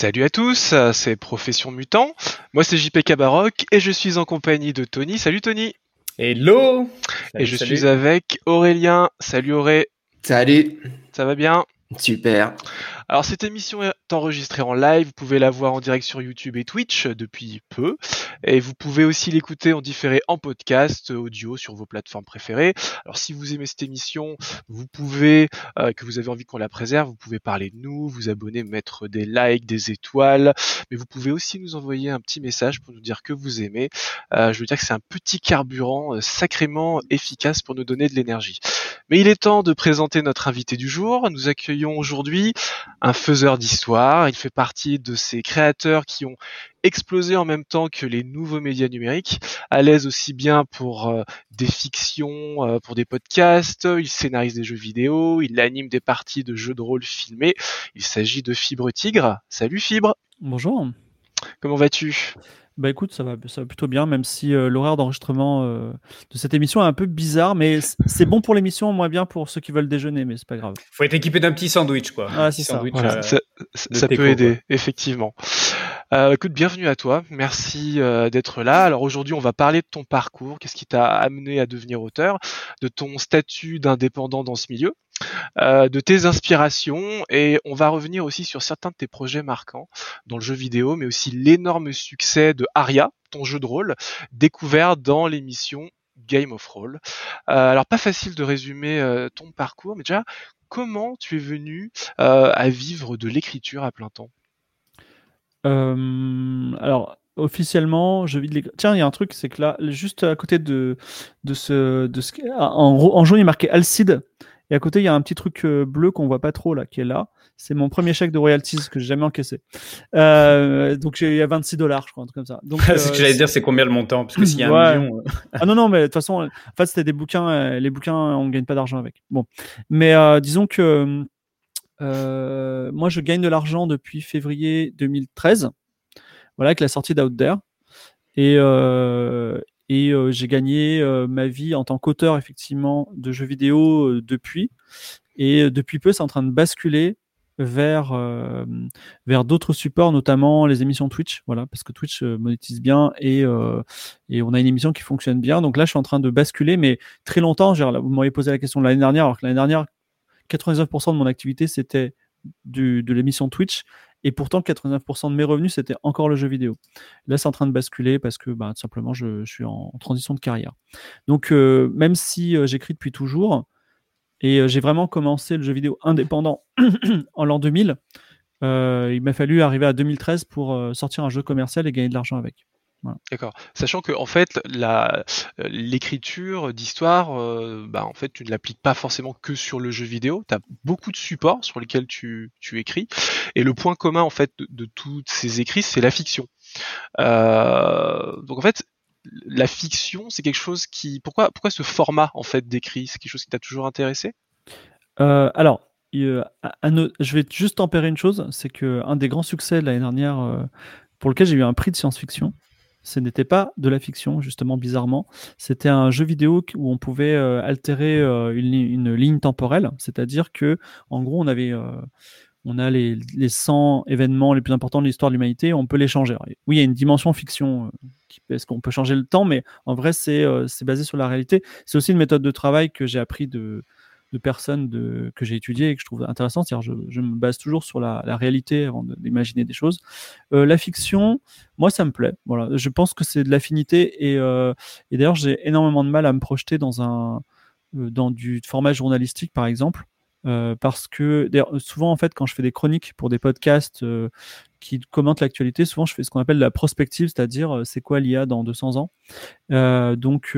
Salut à tous, c'est Profession Mutant. Moi c'est JP Baroque et je suis en compagnie de Tony. Salut Tony. Hello! Et Salut, je suis salut. avec Aurélien. Salut Auré, Salut, ça va bien? super. Alors cette émission est enregistrée en live, vous pouvez la voir en direct sur YouTube et Twitch depuis peu, et vous pouvez aussi l'écouter en différé en podcast audio sur vos plateformes préférées. Alors si vous aimez cette émission, vous pouvez, que vous avez envie qu'on la préserve, vous pouvez parler de nous, vous abonner, mettre des likes, des étoiles, mais vous pouvez aussi nous envoyer un petit message pour nous dire que vous aimez. Je veux dire que c'est un petit carburant sacrément efficace pour nous donner de l'énergie. Mais il est temps de présenter notre invité du jour. Nous accueillons aujourd'hui un faiseur d'histoire. Il fait partie de ces créateurs qui ont explosé en même temps que les nouveaux médias numériques, à l'aise aussi bien pour des fictions, pour des podcasts, il scénarise des jeux vidéo, il anime des parties de jeux de rôle filmés. Il s'agit de Fibre Tigre. Salut Fibre, Bonjour. comment vas-tu? Bah écoute, ça va plutôt bien, même si l'horaire d'enregistrement de cette émission est un peu bizarre, mais c'est bon pour l'émission, moins bien pour ceux qui veulent déjeuner, mais c'est pas grave. Faut être équipé d'un petit sandwich, quoi. Ah, Un petit c'est ça. sandwich, Voilà, ça teco, peut aider, quoi. effectivement. Écoute, bienvenue à toi. Merci d'être là. Alors aujourd'hui, on va parler de ton parcours. Qu'est-ce qui t'a amené à devenir auteur, de ton statut d'indépendant dans ce milieu, de tes inspirations, et on va revenir aussi sur certains de tes projets marquants dans le jeu vidéo, mais aussi l'énorme succès de Aria, ton jeu de rôle, découvert dans l'émission Game of Roll. Alors pas facile de résumer ton parcours, mais déjà, comment tu es venu à vivre de l'écriture à plein temps? Alors, officiellement, je vis de l'école. Tiens, il y a un truc, c'est que là, juste à côté en jaune, il est marqué Alcide, et à côté, il y a un petit truc bleu qu'on voit pas trop là, qui est là. C'est mon premier chèque de royalties que j'ai jamais encaissé. Donc, il y a $26, je crois, un truc comme ça. Donc, C'est ce que j'allais dire, c'est combien le montant? Parce que s'il y a ouais. 1 million. Ah non, mais de toute façon, en fait, c'était des bouquins. Les bouquins, on gagne pas d'argent avec. Bon, mais disons que moi, je gagne de l'argent depuis février 2013, voilà, avec la sortie d'Out There. Et j'ai gagné ma vie en tant qu'auteur, effectivement, de jeux vidéo depuis. Et depuis peu, c'est en train de basculer vers d'autres supports, notamment les émissions Twitch, voilà, parce que Twitch monétise bien et on a une émission qui fonctionne bien. Donc là, je suis en train de basculer, mais très longtemps. Là, vous m'avez posé la question de l'année dernière, alors que l'année dernière, 99% de mon activité, c'était de l'émission Twitch. Et pourtant, 89% de mes revenus, c'était encore le jeu vidéo. Là, c'est en train de basculer parce que tout simplement, je suis en transition de carrière. Donc, même si j'écris depuis toujours, et j'ai vraiment commencé le jeu vidéo indépendant en l'an 2000, il m'a fallu arriver à 2013 pour sortir un jeu commercial et gagner de l'argent avec. Voilà. D'accord. Sachant que en fait, l'écriture d'histoire, en fait, tu ne l'appliques pas forcément que sur le jeu vidéo. Tu as beaucoup de supports sur lesquels tu écris. Et le point commun en fait de tous ces écrits, c'est la fiction. Donc en fait, la fiction, c'est quelque chose qui. Pourquoi ce format en fait d'écrit? C'est quelque chose qui t'a toujours intéressé? Alors, je vais juste tempérer une chose, c'est qu'un des grands succès de l'année dernière, pour lequel j'ai eu un prix de science-fiction, ce n'était pas de la fiction, justement, bizarrement. C'était un jeu vidéo où on pouvait altérer une ligne temporelle, c'est-à-dire que, en gros, on a les 100 événements les plus importants de l'histoire de l'humanité, on peut les changer. Alors, oui, il y a une dimension fiction, parce qu'on peut changer le temps, mais en vrai, c'est basé sur la réalité. C'est aussi une méthode de travail que j'ai appris de personnes que j'ai étudiées et que je trouve intéressante. C'est-à-dire, je me base toujours sur la réalité avant d'imaginer des choses. La fiction, moi, ça me plaît. Voilà. Je pense que c'est de l'affinité et d'ailleurs, j'ai énormément de mal à me projeter dans du format journalistique, par exemple. Parce que souvent, en fait, quand je fais des chroniques pour des podcasts qui commentent l'actualité, souvent je fais ce qu'on appelle la prospective, c'est-à-dire c'est quoi l'IA dans 200 ans. Donc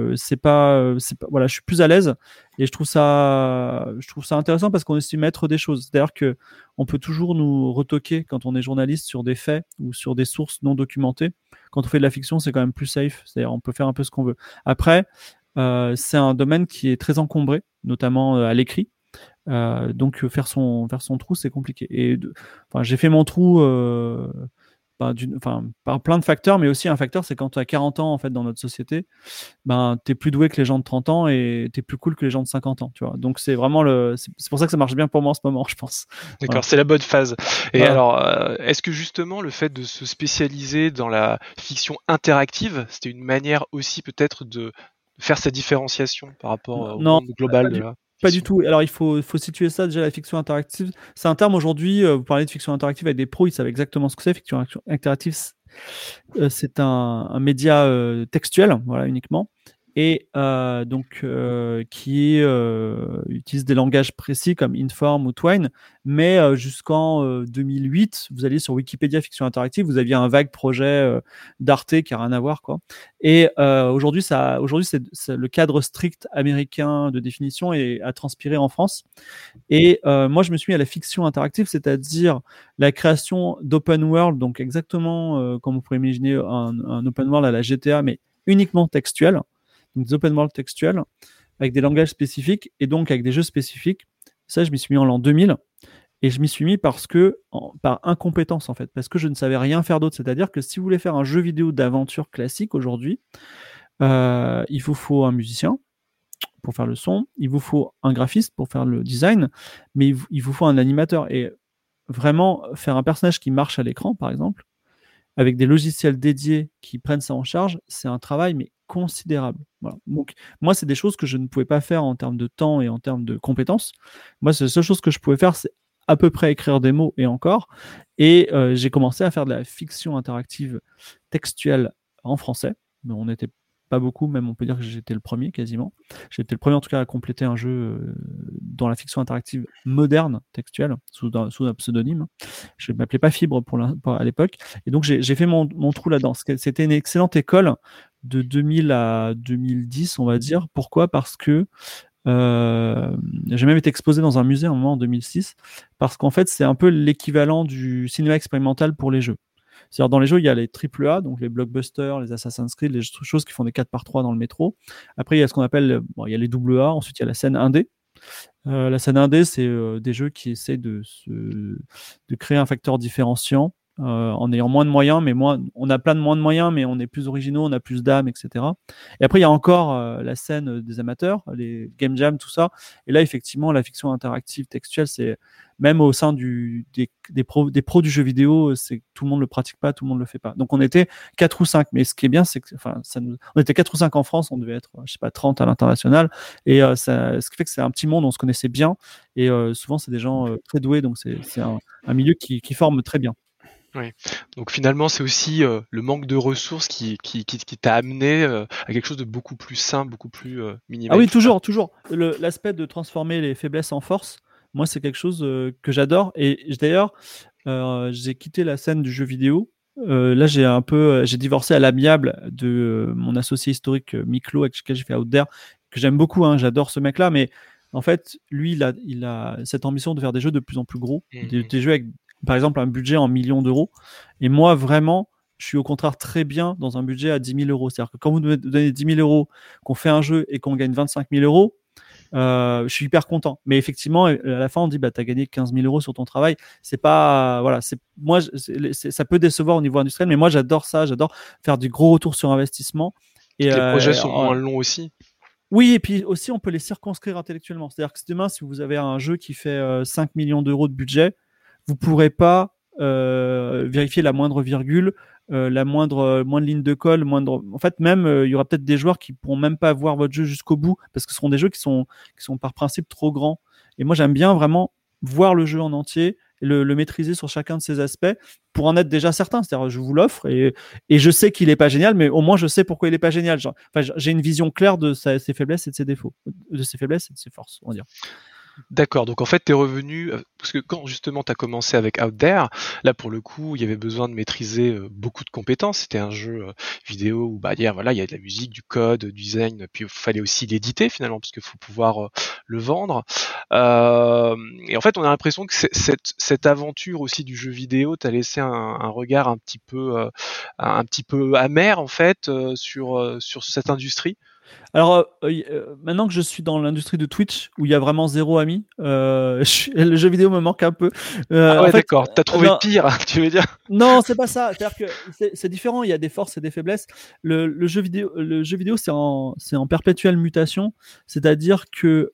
voilà, je suis plus à l'aise et je trouve ça intéressant parce qu'on est aussi maître des choses. C'est-à-dire que on peut toujours nous retoquer quand on est journaliste sur des faits ou sur des sources non documentées. Quand on fait de la fiction, c'est quand même plus safe. C'est-à-dire on peut faire un peu ce qu'on veut. Après, c'est un domaine qui est très encombré, notamment à l'écrit. Donc faire son trou, c'est compliqué. J'ai fait mon trou par plein de facteurs, mais aussi un facteur, c'est quand tu as 40 ans en fait dans notre société, t'es plus doué que les gens de 30 ans et t'es plus cool que les gens de 50 ans, tu vois. Donc c'est vraiment c'est pour ça que ça marche bien pour moi en ce moment, je pense. D'accord, Voilà. c'est la bonne phase. Et Voilà. alors, est-ce que justement le fait de se spécialiser dans la fiction interactive, c'était une manière aussi peut-être de faire sa différenciation par rapport au Non, monde global pas de du, la pas du fiction? tout. Alors faut situer ça déjà, la fiction interactive. C'est un terme aujourd'hui, vous parlez de fiction interactive avec des pros, ils savent exactement ce que c'est. Fiction interactive, c'est un média textuel, voilà, uniquement. Et qui utilise des langages précis comme Inform ou Twine, mais jusqu'en 2008, vous alliez sur Wikipédia Fiction Interactive, vous aviez un vague projet d'Arte qui a rien à voir, quoi. Et aujourd'hui, c'est le cadre strict américain de définition et a transpiré en France. Et moi, je me suis mis à la fiction interactive, c'est-à-dire la création d'open world, donc exactement comme vous pourrez imaginer un open world à la GTA, mais uniquement textuel, donc des open world textuels, avec des langages spécifiques et donc avec des jeux spécifiques. Ça, je m'y suis mis en l'an 2000. Et je m'y suis mis par incompétence, en fait, parce que je ne savais rien faire d'autre. C'est-à-dire que si vous voulez faire un jeu vidéo d'aventure classique aujourd'hui, il vous faut un musicien pour faire le son, il vous faut un graphiste pour faire le design, mais il vous faut un animateur. Et vraiment, faire un personnage qui marche à l'écran, par exemple, avec des logiciels dédiés qui prennent ça en charge, c'est un travail mais considérable. Voilà. Donc moi, c'est des choses que je ne pouvais pas faire en termes de temps et en termes de compétences. Moi, c'est la seule chose que je pouvais faire, c'est à peu près écrire des mots et encore. Et j'ai commencé à faire de la fiction interactive textuelle en français. Mais on n'était pas beaucoup, même on peut dire que j'étais le premier quasiment. J'étais le premier en tout cas à compléter un jeu dans la fiction interactive moderne textuelle sous un pseudonyme. Je ne m'appelais pas Fibre à l'époque. Et donc j'ai fait mon trou là-dedans. C'était une excellente école de 2000 à 2010, on va dire. Pourquoi ? Parce que j'ai même été exposé dans un musée à un moment en 2006, parce qu'en fait c'est un peu l'équivalent du cinéma expérimental pour les jeux. C'est-à-dire dans les jeux, il y a les AAA, donc les blockbusters, les Assassin's Creed, les choses qui font des 4x3 dans le métro. Après, il y a ce qu'on appelle, il y a les AA, ensuite il y a la scène indé. La scène indé, c'est des jeux qui essaient de créer un facteur différenciant en ayant moins de moyens, mais on a plein de moins de moyens, mais on est plus originaux, on a plus d'âme, etc. Et après, il y a encore la scène des amateurs, les game jams, tout ça. Et là, effectivement, la fiction interactive textuelle, c'est même au sein des pros du jeu vidéo, c'est tout le monde le pratique pas, tout le monde le fait pas. Donc on était 4 ou 5, mais ce qui est bien, c'est que on était 4 ou 5 en France, on devait être, je sais pas, 30 à l'international. Et ce qui fait que c'est un petit monde, on se connaissait bien. Et souvent, c'est des gens très doués, donc c'est un milieu qui forme très bien. Oui. Donc finalement, c'est aussi le manque de ressources qui t'a amené à quelque chose de beaucoup plus simple, beaucoup plus Ah oui, minimaliste. toujours. L'aspect de transformer les faiblesses en force, moi, c'est quelque chose que j'adore. Et d'ailleurs, j'ai quitté la scène du jeu vidéo. Là, j'ai divorcé à l'amiable de mon associé historique Miklo, avec lequel j'ai fait Outdare, que j'aime beaucoup. Hein, j'adore ce mec-là, mais en fait, lui, il a cette ambition de faire des jeux de plus en plus gros, des jeux avec, par exemple, un budget en millions d'euros. Et moi, vraiment, je suis au contraire très bien dans un budget à 10 000 euros. C'est-à-dire que quand vous nous donnez 10 000 euros, qu'on fait un jeu et qu'on gagne 25 000 euros, je suis hyper content. Mais effectivement, à la fin, on dit, t'as gagné 15 000 euros sur ton travail. C'est pas, voilà, ça peut décevoir au niveau industriel, mais moi, j'adore ça. J'adore faire du gros retour sur investissement. Et les projets sont moins longs aussi. oui, et puis aussi, on peut les circonscrire intellectuellement. C'est-à-dire que demain, si vous avez un jeu qui fait 5 millions d'euros de budget, vous ne pourrez pas vérifier la moindre virgule, la moindre ligne de colle, en fait, même il y aura peut-être des joueurs qui pourront même pas voir votre jeu jusqu'au bout parce que ce seront des jeux qui sont par principe trop grands. Et moi, j'aime bien vraiment voir le jeu en entier, et le maîtriser sur chacun de ses aspects pour en être déjà certain. C'est-à-dire, je vous l'offre et je sais qu'il est pas génial, mais au moins je sais pourquoi il est pas génial. J'ai une vision claire de ses faiblesses et de ses défauts, de ses faiblesses et de ses forces, on va dire. D'accord, donc en fait, t'es revenu, parce que quand justement t'as commencé avec Out There, là pour le coup, il y avait besoin de maîtriser beaucoup de compétences. C'était un jeu vidéo où il y a de la musique, du code, du design, puis il fallait aussi l'éditer finalement, parce qu'il faut pouvoir le vendre. Et en fait, on a l'impression que cette aventure aussi du jeu vidéo t'a laissé un regard un petit peu amer en fait sur cette industrie. Alors, maintenant que je suis dans l'industrie de Twitch, où il y a vraiment zéro ami, le jeu vidéo me manque un peu. Ah En ouais, fait, d'accord. T'as trouvé non, pire, tu veux dire? non, c'est pas ça. C'est-à-dire que c'est différent. Il y a des forces et des faiblesses. Le jeu vidéo, c'est en perpétuelle mutation. C'est-à-dire que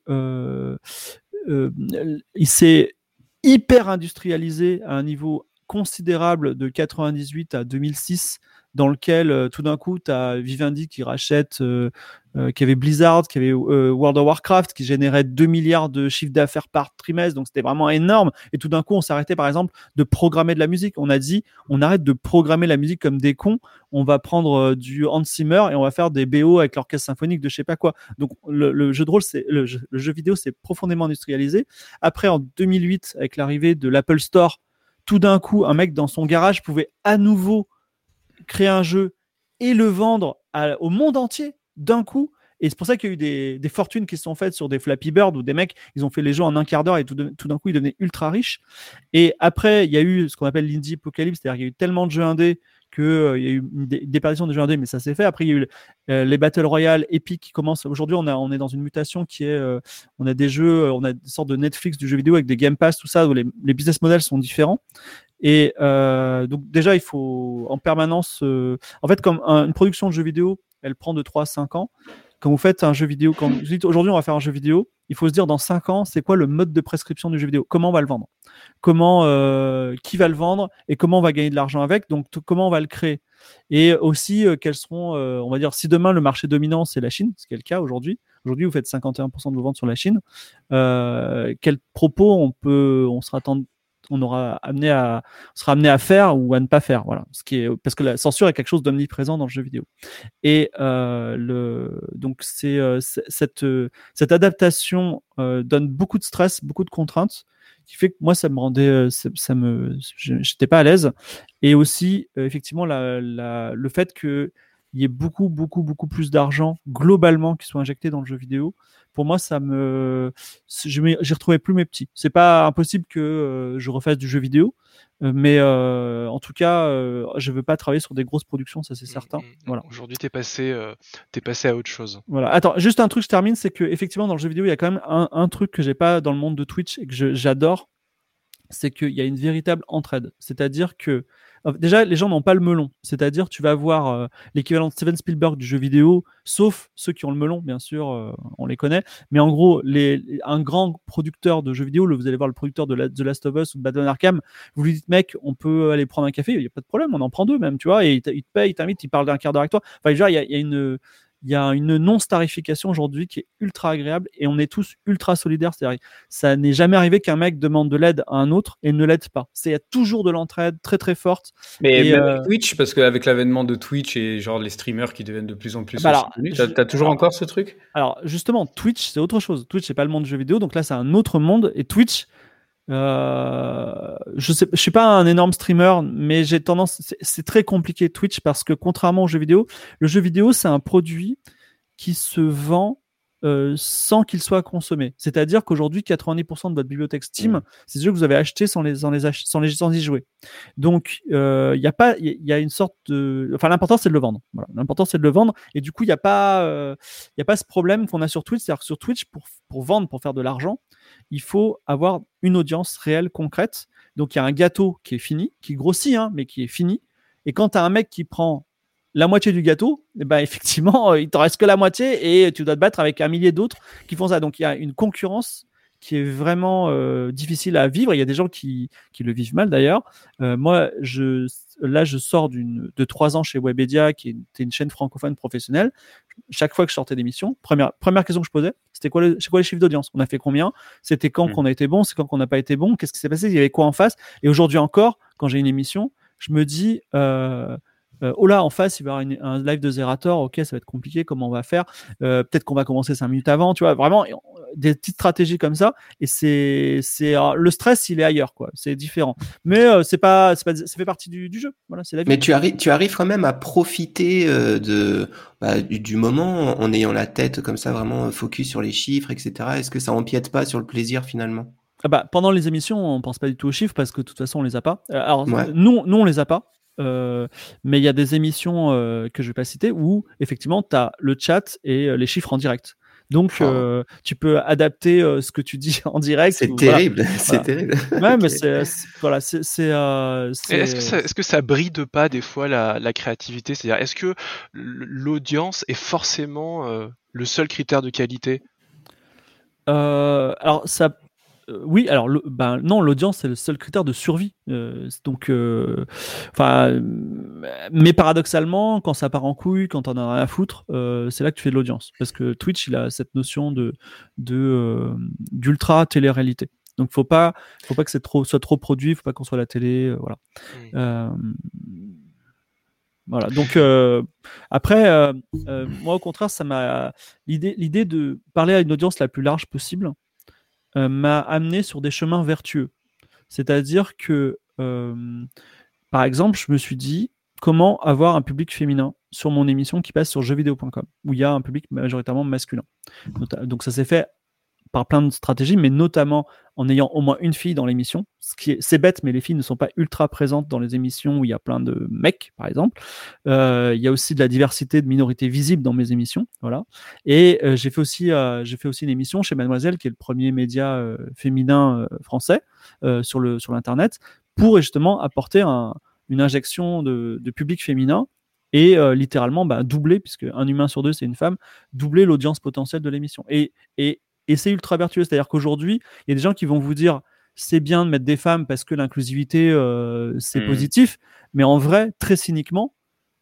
euh, il s'est hyper industrialisé à un niveau considérable de 98 à 2006, dans lequel tout d'un coup, tu as Vivendi qui rachète, qui avait Blizzard, qui avait World of Warcraft, qui générait 2 milliards de chiffre d'affaires par trimestre, donc c'était vraiment énorme. Et tout d'un coup, on s'arrêtait par exemple de programmer de la musique. On a dit, on arrête de programmer la musique comme des cons, on va prendre du Hans Zimmer et on va faire des BO avec l'orchestre symphonique de je sais pas quoi. Donc le jeu de rôle, le jeu vidéo, c'est profondément industrialisé. Après, en 2008, avec l'arrivée de l'Apple Store, tout d'un coup, un mec dans son garage pouvait à nouveau créer un jeu et le vendre au monde entier d'un coup. Et c'est pour ça qu'il y a eu des fortunes qui se sont faites sur des Flappy Bird où des mecs, ils ont fait les jeux en un quart d'heure et tout d'un coup, ils devenaient ultra riches. Et après, il y a eu ce qu'on appelle l'indie apocalypse, c'est-à-dire qu'il y a eu tellement de jeux indés qu'il y a eu une déperdition de jeux indés, mais ça s'est fait. Après, il y a eu les Battle Royale, Epic qui commencent. Aujourd'hui, on est dans une mutation qui est, on a des jeux, on a des sortes de Netflix du jeu vidéo avec des Game Pass, tout ça, où les business models sont différents. Et donc déjà, il faut en permanence... en fait, comme une production de jeux vidéo, elle prend de 3 à 5 ans. Quand vous faites un jeu vidéo, quand vous dites aujourd'hui on va faire un jeu vidéo, il faut se dire dans 5 ans, c'est quoi le mode de prescription du jeu vidéo? Comment on va le vendre? Comment, qui va le vendre? Et comment on va gagner de l'argent avec? Donc comment on va le créer? Et aussi, quels seront, on va dire, si demain le marché dominant c'est la Chine, ce qui est le cas aujourd'hui, vous faites 51% de vos ventes sur la Chine, quels propos on sera sera amené à faire ou à ne pas faire, voilà. Parce que la censure est quelque chose d'omniprésent dans le jeu vidéo. Et donc cette adaptation donne beaucoup de stress, beaucoup de contraintes, qui fait que moi ça me rendait, j'étais pas à l'aise. Et aussi effectivement le fait que il y ait beaucoup plus d'argent globalement qui soit injecté dans le jeu vidéo. Pour moi, j'ai retrouvé plus mes petits. C'est pas impossible que je refasse du jeu vidéo, mais en tout cas, je veux pas travailler sur des grosses productions, ça c'est certain. Voilà. Aujourd'hui, t'es passé à autre chose. Voilà. Attends, juste un truc, je termine, c'est que effectivement dans le jeu vidéo, il y a quand même un truc que j'ai pas dans le monde de Twitch et que j'adore, c'est qu'il y a une véritable entraide. C'est-à-dire que déjà, les gens n'ont pas le melon. C'est-à-dire, tu vas avoir l'équivalent de Steven Spielberg du jeu vidéo, sauf ceux qui ont le melon, bien sûr, on les connaît. Mais en gros, un grand producteur de jeux vidéo, vous allez voir le producteur de The Last of Us ou de Batman Arkham, vous lui dites, mec, on peut aller prendre un café, il n'y a pas de problème, on en prend deux même, tu vois, et il te paye, il t'invite, il parle d'un quart d'heure avec toi. Enfin, genre, il y a une non-starification aujourd'hui qui est ultra agréable et on est tous ultra solidaires. C'est-à-dire, ça n'est jamais arrivé qu'un mec demande de l'aide à un autre et ne l'aide pas. Il y a toujours de l'entraide très très forte. Mais même avec Twitch, parce qu'avec l'avènement de Twitch et genre les streamers qui deviennent de plus en plus connus, t'as toujours encore ce truc? Alors justement, Twitch, c'est autre chose. Twitch, c'est pas le monde du jeu vidéo, donc là, c'est un autre monde. Et Twitch, je suis pas un énorme streamer, mais c'est très compliqué Twitch parce que contrairement au jeu vidéo, le jeu vidéo c'est un produit qui se vend sans qu'il soit consommé. C'est-à-dire qu'aujourd'hui, 90% de votre bibliothèque Steam, c'est des jeux que vous avez achetés sans y jouer. Donc, il y a une sorte de... Enfin, l'important, c'est de le vendre. Voilà. L'important, c'est de le vendre. Et du coup, il n'y a pas ce problème qu'on a sur Twitch. C'est-à-dire que sur Twitch, pour vendre, pour faire de l'argent, il faut avoir une audience réelle, concrète. Donc, il y a un gâteau qui est fini, qui grossit, hein, mais qui est fini. Et quand tu as un mec qui prend la moitié du gâteau, eh ben effectivement, il te reste que la moitié et tu dois te battre avec un millier d'autres qui font ça. Donc, il y a une concurrence qui est vraiment difficile à vivre. Il y a des gens qui le vivent mal d'ailleurs. Moi, je sors de 3 ans chez Webedia, qui était une chaîne francophone professionnelle. Chaque fois que je sortais d'émission, première question que je posais, c'était quoi les chiffres d'audience? On a fait combien? C'était quand qu'on a été bon? C'est quand qu'on n'a pas été bon? Qu'est-ce qui s'est passé? Il y avait quoi en face? Et aujourd'hui encore, quand j'ai une émission, je me dis... oh là, en face, il va y avoir un live de Zerator. Ok, ça va être compliqué. Comment on va faire? Peut-être qu'on va commencer 5 minutes avant. Tu vois, vraiment des petites stratégies comme ça. Et le stress, il est ailleurs, quoi. C'est différent. Mais ça fait partie du jeu. Voilà, c'est la vie. Mais tu arrives quand même à profiter du moment en ayant la tête comme ça vraiment focus sur les chiffres, etc. Est-ce que ça empiète pas sur le plaisir finalement? Pendant les émissions, on pense pas du tout aux chiffres parce que de toute façon, on les a pas. Alors Ouais. nous, on les a pas. mais il y a des émissions que je vais pas citer où effectivement tu as le chat et les chiffres en direct. Donc, tu peux adapter ce que tu dis en direct. C'est terrible, c'est terrible. Ouais, mais Est-ce que ça bride pas des fois la créativité? C'est-à-dire, est-ce que l'audience est forcément le seul critère de qualité? Alors, ça. Oui, alors non, l'audience c'est le seul critère de survie. Mais paradoxalement, quand ça part en couille, quand on en a rien à foutre, c'est là que tu fais de l'audience, parce que Twitch il a cette notion d'ultra télé-réalité. Donc faut pas que soit trop produit, faut pas qu'on soit à la télé, voilà. Voilà. Donc après, moi au contraire, ça m'a l'idée de parler à une audience la plus large possible. M'a amené sur des chemins vertueux. C'est-à-dire que, par exemple, je me suis dit comment avoir un public féminin sur mon émission qui passe sur jeuxvideo.com, où il y a un public majoritairement masculin. Donc ça s'est fait par plein de stratégies, mais notamment en ayant au moins une fille dans l'émission. C'est bête, mais les filles ne sont pas ultra présentes dans les émissions où il y a plein de mecs, par exemple. Il y a aussi de la diversité de minorités visibles dans mes émissions, voilà. Et j'ai fait aussi une émission chez Mademoiselle, qui est le premier média féminin français sur l'internet, pour justement apporter une injection de public féminin. Et littéralement doubler, puisque un humain sur deux c'est une femme, doubler l'audience potentielle de l'émission. Et c'est ultra vertueux, c'est-à-dire qu'aujourd'hui, il y a des gens qui vont vous dire c'est bien de mettre des femmes parce que l'inclusivité c'est positif, mais en vrai, très cyniquement,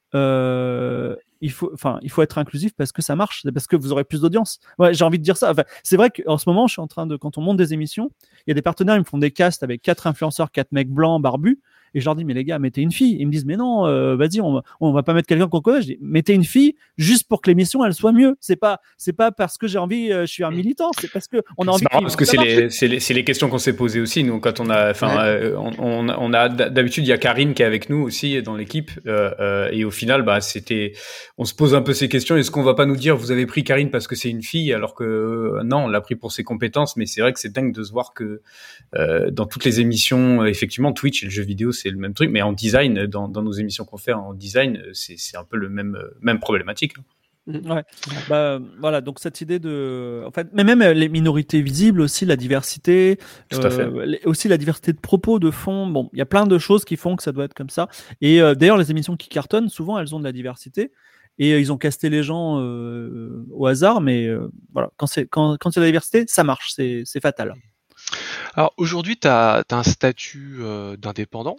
il faut être inclusif parce que ça marche, parce que vous aurez plus d'audience. Ouais, j'ai envie de dire ça. Enfin, c'est vrai qu'en ce moment, je suis en train de, quand on monte des émissions, il y a des partenaires, ils me font des casts avec 4 influenceurs, 4 mecs blancs, barbus. Et je leur dis, mais les gars, mettez une fille. Ils me disent, mais non, vas-y, on va pas mettre quelqu'un qu'on connaît. Je dis, mettez une fille juste pour que l'émission, elle soit mieux. C'est pas parce que j'ai envie, je suis un militant. C'est parce que on a envie. Parce que c'est les questions qu'on s'est posées aussi. Nous, quand on a, on a d'habitude, il y a Karine qui est avec nous aussi dans l'équipe. Et au final, on se pose un peu ces questions. Est-ce qu'on va pas nous dire, vous avez pris Karine parce que c'est une fille, alors que non, on l'a pris pour ses compétences. Mais c'est vrai que c'est dingue de se voir que dans toutes les émissions, effectivement, Twitch et le jeu vidéo, c'est le même truc, mais en design, dans nos émissions qu'on fait en design, c'est un peu le même problématique. Ouais. Voilà, donc cette idée mais même les minorités visibles aussi, la diversité, tout à fait. aussi la diversité de propos, de fond. Bon, il y a plein de choses qui font que ça doit être comme ça. Et d'ailleurs, les émissions qui cartonnent, souvent, elles ont de la diversité. Et ils ont casté les gens au hasard, mais voilà, quand il y a de la diversité, ça marche, c'est fatal. Alors aujourd'hui, tu as un statut d'indépendant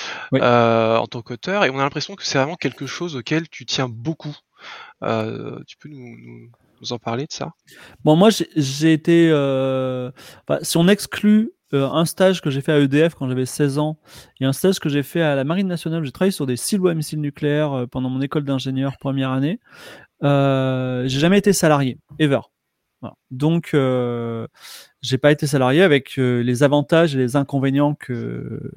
en tant qu'auteur, et on a l'impression que c'est vraiment quelque chose auquel tu tiens beaucoup. Tu peux nous en parler de ça? Bon, moi, j'ai été... si on exclut un stage que j'ai fait à EDF quand j'avais 16 ans et un stage que j'ai fait à la Marine nationale, j'ai travaillé sur des silos à missiles nucléaires pendant mon école d'ingénieur première année, j'ai jamais été salarié, ever. Voilà. Donc, j'ai pas été salarié, avec les avantages et les inconvénients que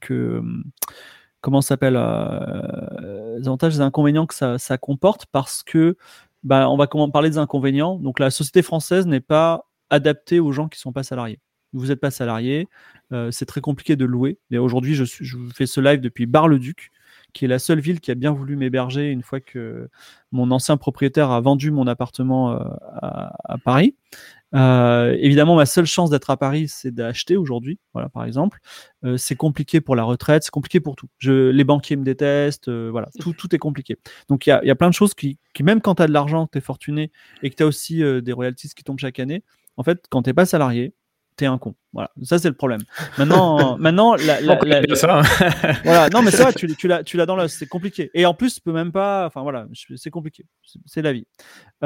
comment ça s'appelle, les avantages et les inconvénients que ça comporte, parce que on va parler des inconvénients. Donc la société française n'est pas adaptée aux gens qui sont pas salariés. Vous n'êtes pas salarié, c'est très compliqué de louer. Et aujourd'hui, je fais ce live depuis Bar-le-Duc, qui est la seule ville qui a bien voulu m'héberger une fois que mon ancien propriétaire a vendu mon appartement à Paris. Évidemment, ma seule chance d'être à Paris, c'est d'acheter aujourd'hui. Voilà, par exemple. C'est compliqué pour la retraite, c'est compliqué pour tout. Les banquiers me détestent, voilà, tout est compliqué. Donc, il y a plein de choses qui même quand tu as de l'argent, que tu es fortuné et que tu as aussi des royalties qui tombent chaque année, en fait, quand tu n'es pas salarié, t'es un con. Voilà, ça c'est le problème. Maintenant, ça. Voilà, non mais ça, tu l'as dans c'est compliqué. Et en plus, tu peux même pas. Enfin voilà, c'est compliqué. C'est la vie.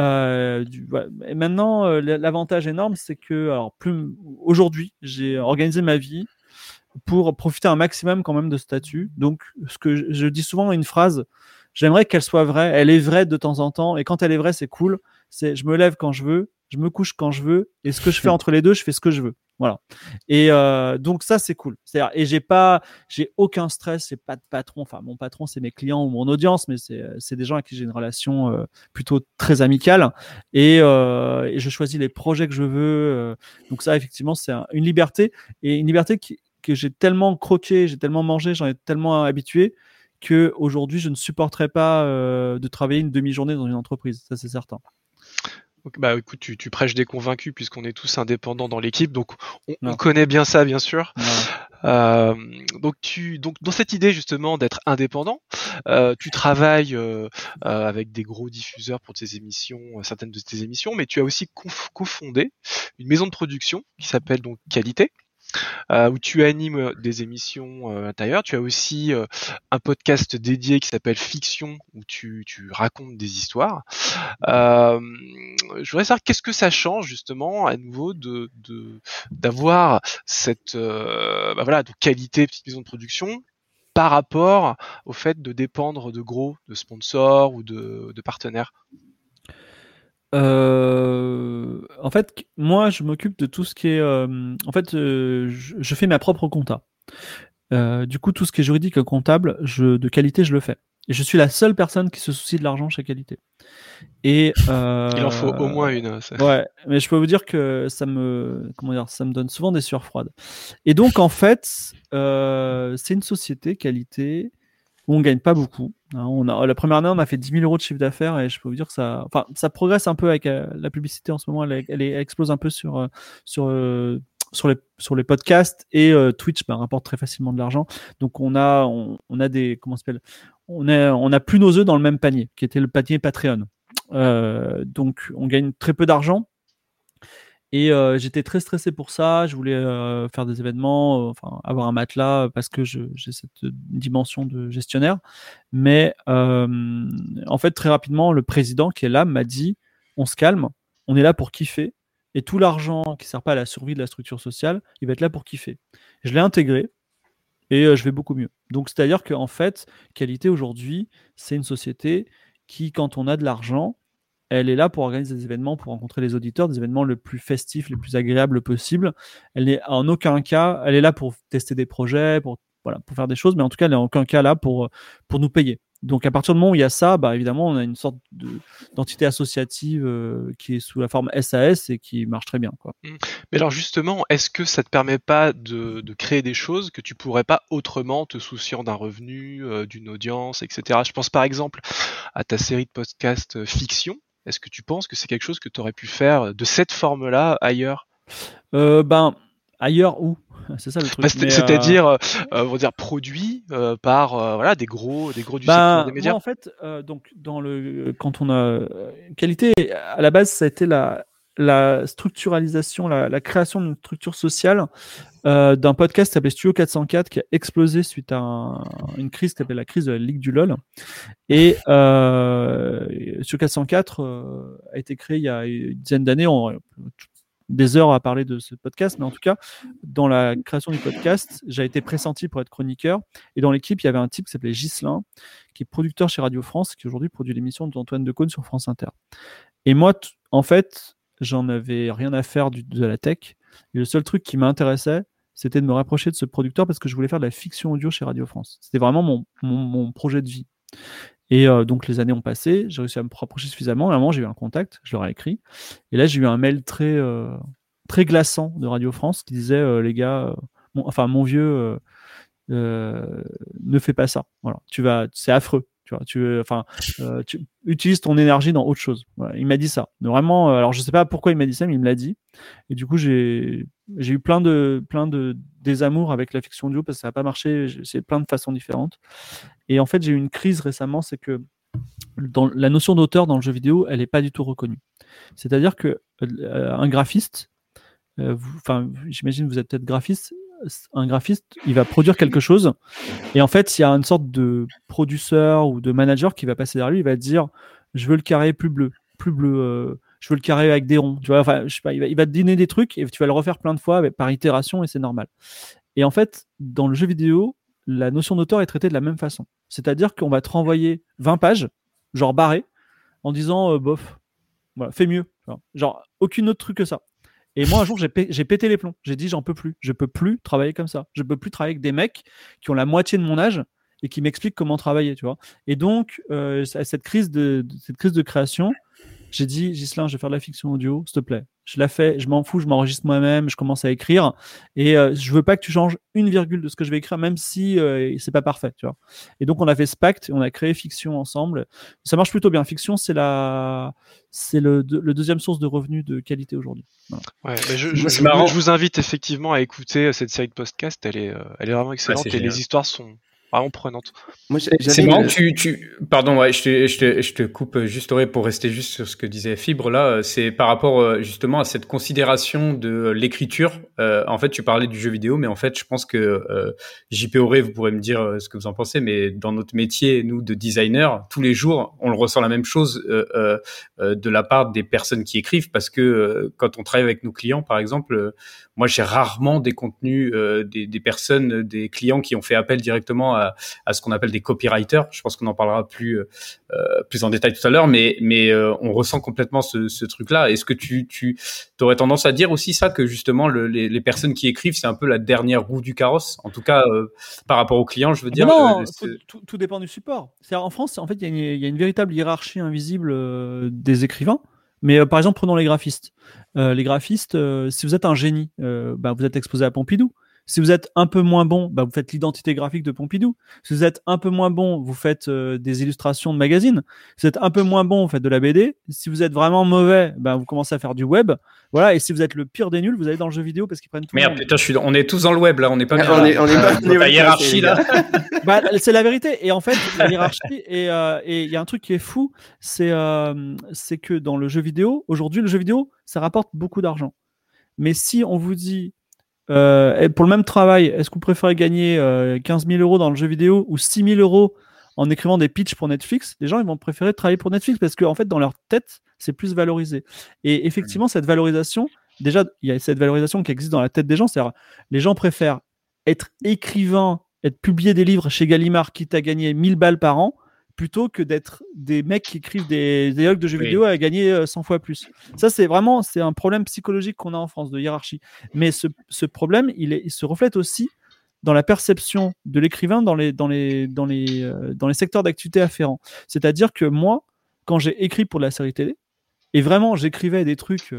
Et maintenant, l'avantage énorme, c'est que, aujourd'hui, j'ai organisé ma vie pour profiter un maximum quand même de statut. Donc, ce que je dis souvent, une phrase, j'aimerais qu'elle soit vraie. Elle est vraie de temps en temps, et quand elle est vraie, c'est cool. C'est je me lève quand je veux, je me couche quand je veux, et ce que je fais entre les deux, je fais ce que je veux. Voilà. Et donc ça, c'est cool. C'est-à-dire, et j'ai aucun stress, j'ai pas de patron. Enfin, mon patron, c'est mes clients ou mon audience, mais c'est des gens avec qui j'ai une relation plutôt très amicale. Et je choisis les projets que je veux. Donc ça, effectivement, c'est une liberté, et une liberté que j'ai tellement croqué, j'ai tellement mangé, j'en ai tellement habitué, que aujourd'hui je ne supporterais pas de travailler une demi-journée dans une entreprise, ça c'est certain. Donc, bah écoute, tu prêches des convaincus puisqu'on est tous indépendants dans l'équipe, donc on Non. connaît bien ça, bien sûr. Non. Donc dans cette idée justement d'être indépendant, tu travailles avec des gros diffuseurs pour tes émissions, certaines de tes émissions, mais tu as aussi cofondé une maison de production qui s'appelle donc Qualité, où tu animes des émissions à l'intérieur. Tu as aussi un podcast dédié qui s'appelle Fiction, où tu racontes des histoires. Je voudrais savoir qu'est-ce que ça change justement à nouveau d'avoir cette de qualité petite maison de production par rapport au fait de dépendre de sponsors ou de partenaires. En fait, moi, je m'occupe de tout ce qui est. Je fais ma propre compta. Du coup, tout ce qui est juridique et comptable, de qualité, je le fais. Et je suis la seule personne qui se soucie de l'argent chez Qualité. Et il en faut au moins une. Ouais, mais je peux vous dire que ça me donne souvent des sueurs froides. Et donc, en fait, c'est une société Qualité où on gagne pas beaucoup. La première année, on a fait 10 000 euros de chiffre d'affaires et je peux vous dire que ça progresse un peu avec la publicité en ce moment. Elle explose un peu sur les podcasts et Twitch rapporte très facilement de l'argent. Donc on a des, comment ça s'appelle, on a plus nos œufs dans le même panier, qui était le panier Patreon. Donc on gagne très peu d'argent. Et j'étais très stressé pour ça. Je voulais faire des événements, avoir un matelas parce que j'ai cette dimension de gestionnaire. Mais en fait, très rapidement, le président qui est là m'a dit on se calme, on est là pour kiffer. Et tout l'argent qui ne sert pas à la survie de la structure sociale, il va être là pour kiffer. Je l'ai intégré et je vais beaucoup mieux. Donc, c'est-à-dire qu'en fait, Qualité aujourd'hui, c'est une société qui, quand on a de l'argent, elle est là pour organiser des événements, pour rencontrer les auditeurs, des événements le plus festifs, les plus agréables possible. Elle n'est en aucun cas, elle est là pour tester des projets, pour faire des choses, mais en tout cas, elle n'est en aucun cas là pour nous payer. Donc, à partir du moment où il y a ça, évidemment, on a une sorte d'entité associative qui est sous la forme SAS et qui marche très bien, quoi. Mais alors justement, est-ce que ça te permet pas de créer des choses que tu pourrais pas autrement te souciant d'un revenu, d'une audience, etc. Je pense par exemple à ta série de podcasts Fiction. Est-ce que tu penses que c'est quelque chose que tu aurais pu faire de cette forme-là ailleurs ? Ailleurs où ? C'est ça le truc. C'est-à-dire, on va dire produit par des gros du secteur des médias. Moi, en fait, donc quand on a Qualité, à la base, ça a été la structuralisation, la création d'une structure sociale d'un podcast qui s'appelait Studio 404 qui a explosé suite à une crise qui s'appelle la crise de la Ligue du LOL. Et Studio 404 a été créé il y a une dizaine d'années. Des heures à parler de ce podcast, mais en tout cas, dans la création du podcast, j'ai été pressenti pour être chroniqueur. Et dans l'équipe, il y avait un type qui s'appelait Ghislain, qui est producteur chez Radio France, qui aujourd'hui produit l'émission d'Antoine Decaune sur France Inter. Et moi, en fait, j'en avais rien à faire de la tech. Et le seul truc qui m'intéressait, c'était de me rapprocher de ce producteur parce que je voulais faire de la fiction audio chez Radio France. C'était vraiment mon projet de vie. Et donc les années ont passé, j'ai réussi à me rapprocher suffisamment. À un moment, j'ai eu un contact, je leur ai écrit. Et là, j'ai eu un mail très glaçant de Radio France qui disait les gars, mon vieux, ne fais pas ça. Voilà, c'est affreux. Tu utilises ton énergie dans autre chose. Voilà, il m'a dit ça. Mais vraiment, alors je sais pas pourquoi il m'a dit ça, mais il me l'a dit. Et du coup, j'ai eu plein de désamours avec la fiction audio parce que ça n'a pas marché. J'ai essayé plein de façons différentes. Et en fait, j'ai eu une crise récemment, c'est que la notion d'auteur dans le jeu vidéo, elle n'est pas du tout reconnue. C'est-à-dire que un graphiste, j'imagine que vous êtes peut-être graphiste, un graphiste, il va produire quelque chose et en fait, il y a une sorte de producteur ou de manager qui va passer derrière lui, il va dire je veux le carré plus bleu, je veux le carré avec des ronds, tu vois, je sais pas, il va te donner des trucs et tu vas le refaire plein de fois par itération et c'est normal. Et en fait, dans le jeu vidéo, la notion d'auteur est traitée de la même façon. C'est-à-dire qu'on va te renvoyer 20 pages, genre barrées, en disant bof, voilà, fais mieux. Genre, aucune autre truc que ça. Et moi, un jour, j'ai pété les plombs. J'ai dit, j'en peux plus. Je peux plus travailler comme ça. Je peux plus travailler avec des mecs qui ont la moitié de mon âge et qui m'expliquent comment travailler, tu vois. Et donc, cette crise de création, j'ai dit, Ghislain, je vais faire de la fiction audio, s'il te plaît. je la fais, je m'en fous, je m'enregistre moi-même, je commence à écrire et je veux pas que tu changes une virgule de ce que je vais écrire, même si c'est pas parfait, tu vois. Et donc on a fait ce pacte et on a créé Fiction ensemble. Ça marche plutôt bien. Fiction, c'est le deuxième source de revenus de qualité aujourd'hui. Voilà. Ouais, mais je vous invite effectivement à écouter cette série de podcasts. Elle est vraiment excellente et les histoires sont vraiment prenantes. Moi, c'est marrant pardon, ouais, je te coupe juste pour rester juste sur ce que disait Fibre là. C'est par rapport justement à cette considération de l'écriture. En fait, tu parlais du jeu vidéo, mais en fait, je pense que JP Auré, vous pourrez me dire ce que vous en pensez, mais dans notre métier, nous, de designer, tous les jours, on le ressent la même chose de la part des personnes qui écrivent, parce que quand on travaille avec nos clients, par exemple, moi, j'ai rarement des contenus des personnes, des clients qui ont fait appel directement à ce qu'on appelle des copywriters. Je pense qu'on en parlera plus en détail tout à l'heure, mais on ressent complètement ce truc-là. Est-ce que tu aurais tendance à dire aussi ça, que justement les personnes qui écrivent, c'est un peu la dernière roue du carrosse, en tout cas par rapport aux clients, je veux dire. Non, tout dépend du support. C'est-à-dire, en France, en fait, il y a une véritable hiérarchie invisible des écrivains. Mais par exemple, prenons les graphistes. Les graphistes, si vous êtes un génie, vous êtes exposé à Pompidou. Si vous êtes un peu moins bon, vous faites l'identité graphique de Pompidou. Si vous êtes un peu moins bon, vous faites des illustrations de magazines. Si vous êtes un peu moins bon, vous faites de la BD. Si vous êtes vraiment mauvais, vous commencez à faire du web. Voilà. Et si vous êtes le pire des nuls, vous allez dans le jeu vidéo parce qu'ils prennent tout. Merde, putain, on est tous dans le web là, on n'est pas bien. On est pas la hiérarchie là. C'est la vérité. Et en fait, la hiérarchie, et il y a un truc qui est fou, c'est que dans le jeu vidéo, aujourd'hui, le jeu vidéo, ça rapporte beaucoup d'argent. Mais si on vous dit, pour le même travail, est-ce que vous préférez gagner 15 000 euros dans le jeu vidéo ou 6 000 euros en écrivant des pitchs pour Netflix? Les gens, ils vont préférer travailler pour Netflix parce qu'en fait, dans leur tête, c'est plus valorisé. Et effectivement, cette valorisation, déjà, il y a cette valorisation qui existe dans la tête des gens. C'est-à-dire, les gens préfèrent être écrivain, publier des livres chez Gallimard, quitte à gagner 1000 balles par an, plutôt que d'être des mecs qui écrivent des dialogues de jeux vidéo à gagner 100 fois plus. Ça, c'est un problème psychologique qu'on a en France, de hiérarchie. Mais ce problème, il se reflète aussi dans la perception de l'écrivain dans les secteurs d'activité afférents. C'est-à-dire que moi, quand j'ai écrit pour de la série télé, et vraiment, j'écrivais des trucs...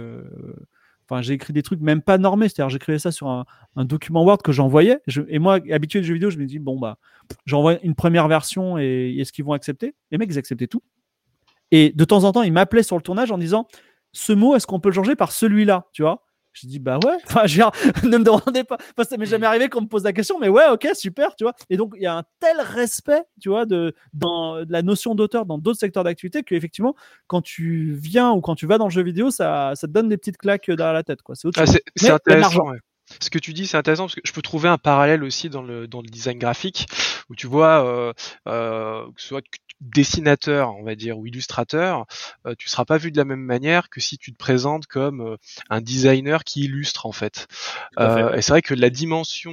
j'ai écrit des trucs même pas normés, c'est-à-dire j'écrivais ça sur un document Word que j'envoyais, et moi, habitué de jeux vidéo, je me dis, j'envoie une première version et est-ce qu'ils vont accepter? Les mecs, ils acceptaient tout. Et de temps en temps, ils m'appelaient sur le tournage en disant, ce mot, est-ce qu'on peut le changer par celui-là, tu vois? Je dis, ouais, ne me demandez pas, ça m'est jamais arrivé qu'on me pose la question, mais ouais, ok, super, tu vois. Et donc, il y a un tel respect, tu vois, dans la notion d'auteur dans d'autres secteurs d'activité qu'effectivement, quand tu viens ou quand tu vas dans le jeu vidéo, ça te donne des petites claques derrière la tête, quoi. C'est intéressant, ouais. Ce que tu dis, c'est intéressant parce que je peux trouver un parallèle aussi dans le design graphique où tu vois, que ce soit dessinateur, on va dire, ou illustrateur, tu seras pas vu de la même manière que si tu te présentes comme un designer qui illustre en fait. Et c'est vrai que la dimension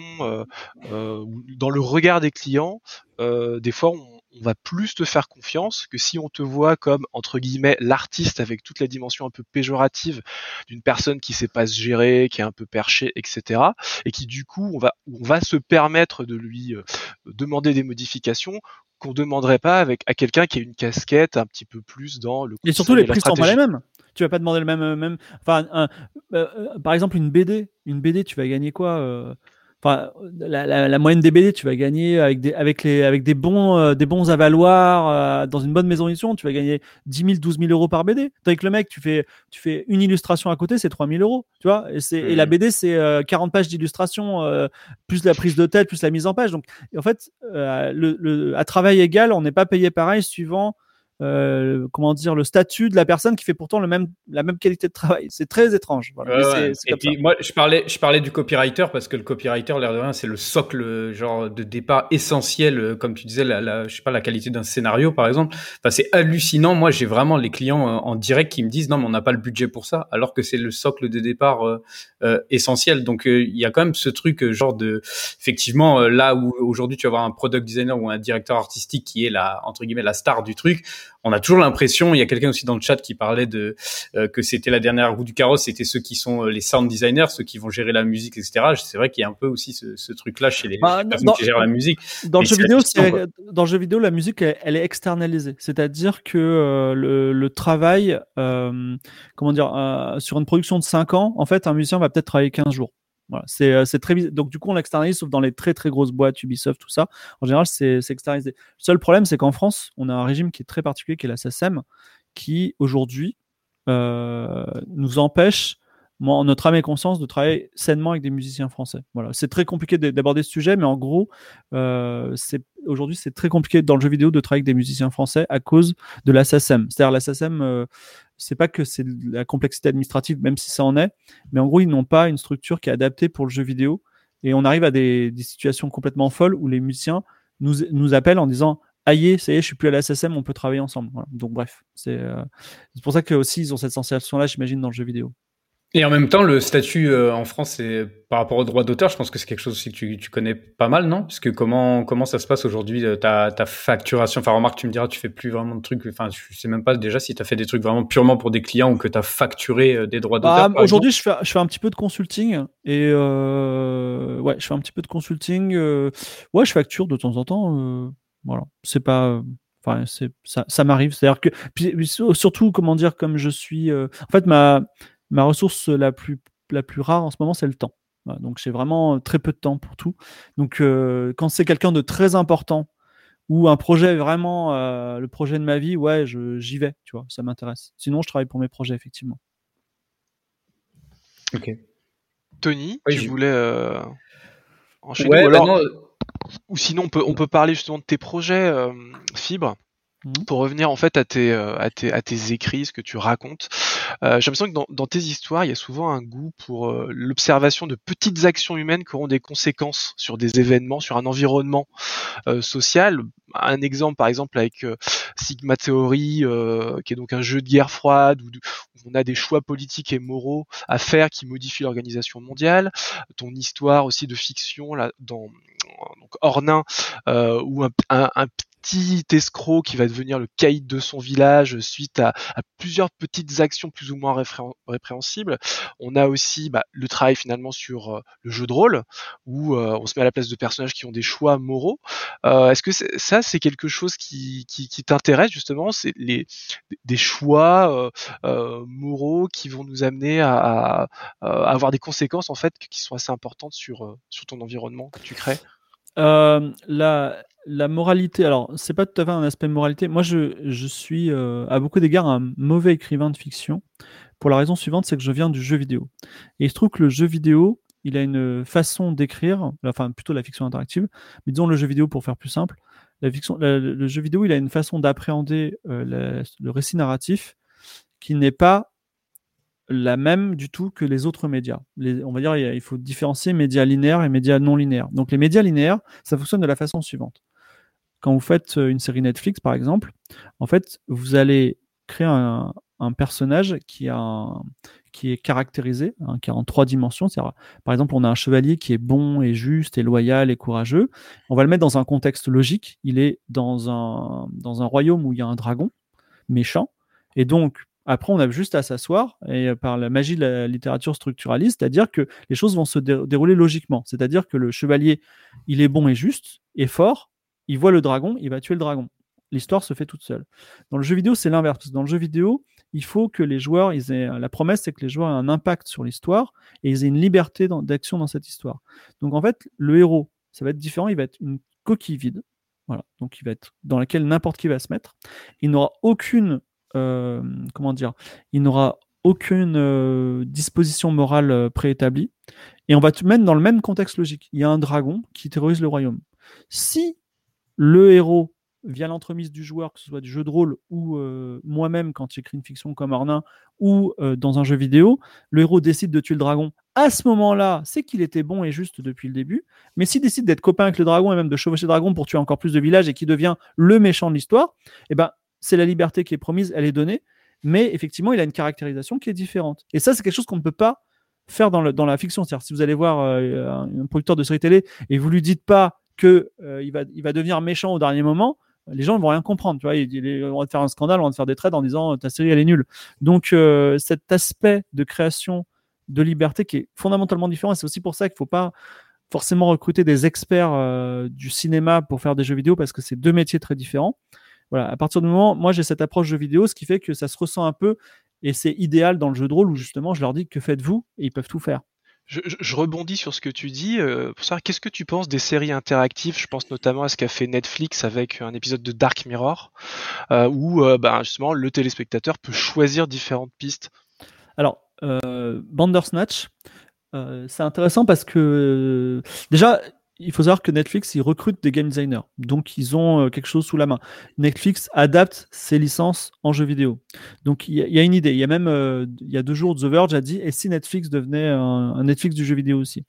dans le regard des clients, des fois on va plus te faire confiance que si on te voit comme, entre guillemets, l'artiste avec toute la dimension un peu péjorative d'une personne qui sait pas se gérer, qui est un peu perché, etc. Et qui, du coup, on va se permettre de lui demander des modifications qu'on demanderait pas à quelqu'un qui a une casquette un petit peu plus dans le conseil. Et surtout, les prix sont pas les mêmes. Tu vas pas demander le même. Enfin, par exemple, une BD, tu vas gagner quoi? La moyenne des BD, tu vas gagner avec des bons avaloirs dans une bonne maison d'édition, tu vas gagner 10 000, 12 000 euros par BD. Tandis que le mec, tu fais une illustration à côté, c'est 3 000 euros, tu vois. Et la BD, c'est 40 pages d'illustration, plus la prise de tête, plus la mise en page. Donc, en fait, à travail égal, on n'est pas payé pareil suivant le statut de la personne qui fait pourtant la même qualité de travail. C'est très étrange. Voilà. Et puis moi, je parlais du copywriter parce que le copywriter, l'air de rien, c'est le socle genre de départ essentiel, comme tu disais, je sais pas, la qualité d'un scénario par exemple. Enfin, c'est hallucinant. Moi, j'ai vraiment les clients en direct qui me disent non, mais on n'a pas le budget pour ça, alors que c'est le socle de départ essentiel. Donc il y a quand même ce truc effectivement là où aujourd'hui tu vas avoir un product designer ou un directeur artistique qui est entre guillemets la star du truc. on a toujours l'impression, il y a quelqu'un aussi dans le chat qui parlait de que c'était la dernière roue du carrosse, c'était ceux qui sont les sound designers, ceux qui vont gérer la musique, etc. C'est vrai qu'il y a un peu aussi ce truc-là chez les personnes qui gèrent la musique. Dans le jeu vidéo, la musique, elle est externalisée. C'est-à-dire que le travail, sur une production de 5 ans, en fait, un musicien va peut-être travailler 15 jours. Voilà, c'est très donc du coup on l'externalise, sauf dans les très très grosses boîtes Ubisoft, tout ça. En général, c'est externalisé. Le seul problème, c'est qu'en France, on a un régime qui est très particulier, qui est la SACEM, qui aujourd'hui nous empêche, moi, en notre âme et conscience, de travailler sainement avec des musiciens français. Voilà, c'est très compliqué d'aborder ce sujet, mais en gros, aujourd'hui, c'est très compliqué dans le jeu vidéo de travailler avec des musiciens français à cause de la SACEM. C'est-à-dire la SACEM, c'est pas que c'est la complexité administrative, même si ça en est, mais en gros, ils n'ont pas une structure qui est adaptée pour le jeu vidéo. Et on arrive à des situations complètement folles où les musiciens nous appellent en disant « Aïe, ça y est, je suis plus à la SACEM, on peut travailler ensemble. » Voilà. Donc bref, c'est pour ça qu'aussi ils ont cette sensation-là, j'imagine, dans le jeu vidéo. Et en même temps, le statut en France, par rapport aux droits d'auteur, je pense que c'est quelque chose aussi que tu connais pas mal, non? Parce que comment ça se passe aujourd'hui, ta facturation? Enfin, remarque, tu me diras, tu fais plus vraiment de trucs. Enfin, je sais même pas déjà si tu as fait des trucs vraiment purement pour des clients ou que tu as facturé des droits d'auteur. Aujourd'hui, je fais un petit peu de consulting et ouais, je fais un petit peu de consulting. Ouais, je facture de temps en temps. Voilà, c'est pas. Enfin, ça m'arrive. C'est-à-dire que puis surtout, comment dire, comme je suis. En fait, ma ressource la plus rare en ce moment, c'est le temps. Voilà, donc j'ai vraiment très peu de temps pour tout. Donc quand c'est quelqu'un de très important ou un projet vraiment le projet de ma vie, ouais, j'y vais, tu vois, ça m'intéresse. Sinon, je travaille pour mes projets, effectivement. Ok. Tony, tu voulais enchaîner ouais, ou alors, ou sinon on peut parler justement de tes projets Fibre. Pour revenir en fait à tes écrits, ce que tu racontes, j'ai l'impression que dans tes histoires, il y a souvent un goût pour l'observation de petites actions humaines qui auront des conséquences sur des événements, sur un environnement social. Un exemple, par exemple, avec Sigma Theory, qui est donc un jeu de guerre froide où on a des choix politiques et moraux à faire qui modifient l'organisation mondiale. Ton histoire aussi de fiction là dans donc Ornain, où un petit escroc qui va devenir le caïd de son village suite à plusieurs petites actions plus ou moins répréhensibles. On a aussi le travail finalement sur le jeu de rôle où on se met à la place de personnages qui ont des choix moraux. Est-ce que ça c'est quelque chose qui t'intéresse justement, c'est des choix moraux qui vont nous amener à avoir des conséquences en fait qui sont assez importantes sur ton environnement que tu crées? La moralité, alors c'est pas tout à fait un aspect moralité. Moi, je suis à beaucoup d'égards un mauvais écrivain de fiction pour la raison suivante, c'est que je viens du jeu vidéo. Et il se trouve que le jeu vidéo, il a une façon d'écrire, enfin plutôt la fiction interactive, mais disons le jeu vidéo pour faire plus simple. Le jeu vidéo, il a une façon d'appréhender le récit narratif qui n'est pas la même du tout que les autres médias. On va dire il faut différencier médias linéaires et médias non linéaires. Donc les médias linéaires, ça fonctionne de la façon suivante. Quand vous faites une série Netflix, par exemple, en fait, vous allez créer un personnage qui est caractérisé, qui est en 3 dimensions. Par exemple, on a un chevalier qui est bon et juste et loyal et courageux. On va le mettre dans un contexte logique. Il est dans un royaume où il y a un dragon méchant. Et donc, après, on a juste à s'asseoir et par la magie de la littérature structuraliste, c'est-à-dire que les choses vont se dérouler logiquement. C'est-à-dire que le chevalier, il est bon et juste et fort. Il voit le dragon, il va tuer le dragon. L'histoire se fait toute seule. Dans le jeu vidéo, c'est l'inverse. Parce que dans le jeu vidéo, il faut que les joueurs, la promesse, c'est que les joueurs aient un impact sur l'histoire et ils aient une liberté d'action dans cette histoire. Donc en fait, le héros, ça va être différent. Il va être une coquille vide. Voilà. Donc il va être dans laquelle n'importe qui va se mettre. Il n'aura aucune il n'aura aucune disposition morale préétablie. Et on va te mettre dans le même contexte logique. Il y a un dragon qui terrorise le royaume. Si le héros, via l'entremise du joueur, que ce soit du jeu de rôle ou moi-même quand j'écris une fiction comme Ornain ou dans un jeu vidéo, le héros décide de tuer le dragon, à ce moment-là, c'est qu'il était bon et juste depuis le début. Mais s'il décide d'être copain avec le dragon et même de chevaucher le dragon pour tuer encore plus de villages et qui devient le méchant de l'histoire, eh ben, c'est la liberté qui est promise, elle est donnée, mais effectivement, il a une caractérisation qui est différente. Et ça, c'est quelque chose qu'on ne peut pas faire dans la fiction. C'est-à-dire, si vous allez voir un producteur de série télé et vous lui dites pas qu'il va devenir méchant au dernier moment, les gens ne vont rien comprendre. Tu vois, on va te faire un scandale, on va te faire des trades en disant ta série elle est nulle. Donc cet aspect de création de liberté qui est fondamentalement différent, et c'est aussi pour ça qu'il ne faut pas forcément recruter des experts du cinéma pour faire des jeux vidéo parce que c'est deux métiers très différents. Voilà, à partir du moment, moi j'ai cette approche jeu vidéo, ce qui fait que ça se ressent un peu et c'est idéal dans le jeu de rôle où justement je leur dis que faites-vous et ils peuvent tout faire. Je rebondis sur ce que tu dis pour savoir qu'est-ce que tu penses des séries interactives. Je pense notamment à ce qu'a fait Netflix avec un épisode de Dark Mirror où justement le téléspectateur peut choisir différentes pistes. Alors, Bandersnatch, c'est intéressant parce que déjà, il faut savoir que Netflix, ils recrutent des game designers. Donc, ils ont quelque chose sous la main. Netflix adapte ses licences en jeux vidéo. Donc, il y a une idée. Il y a même, il y a 2 jours, The Verge a dit, et si Netflix devenait un Netflix du jeu vidéo aussi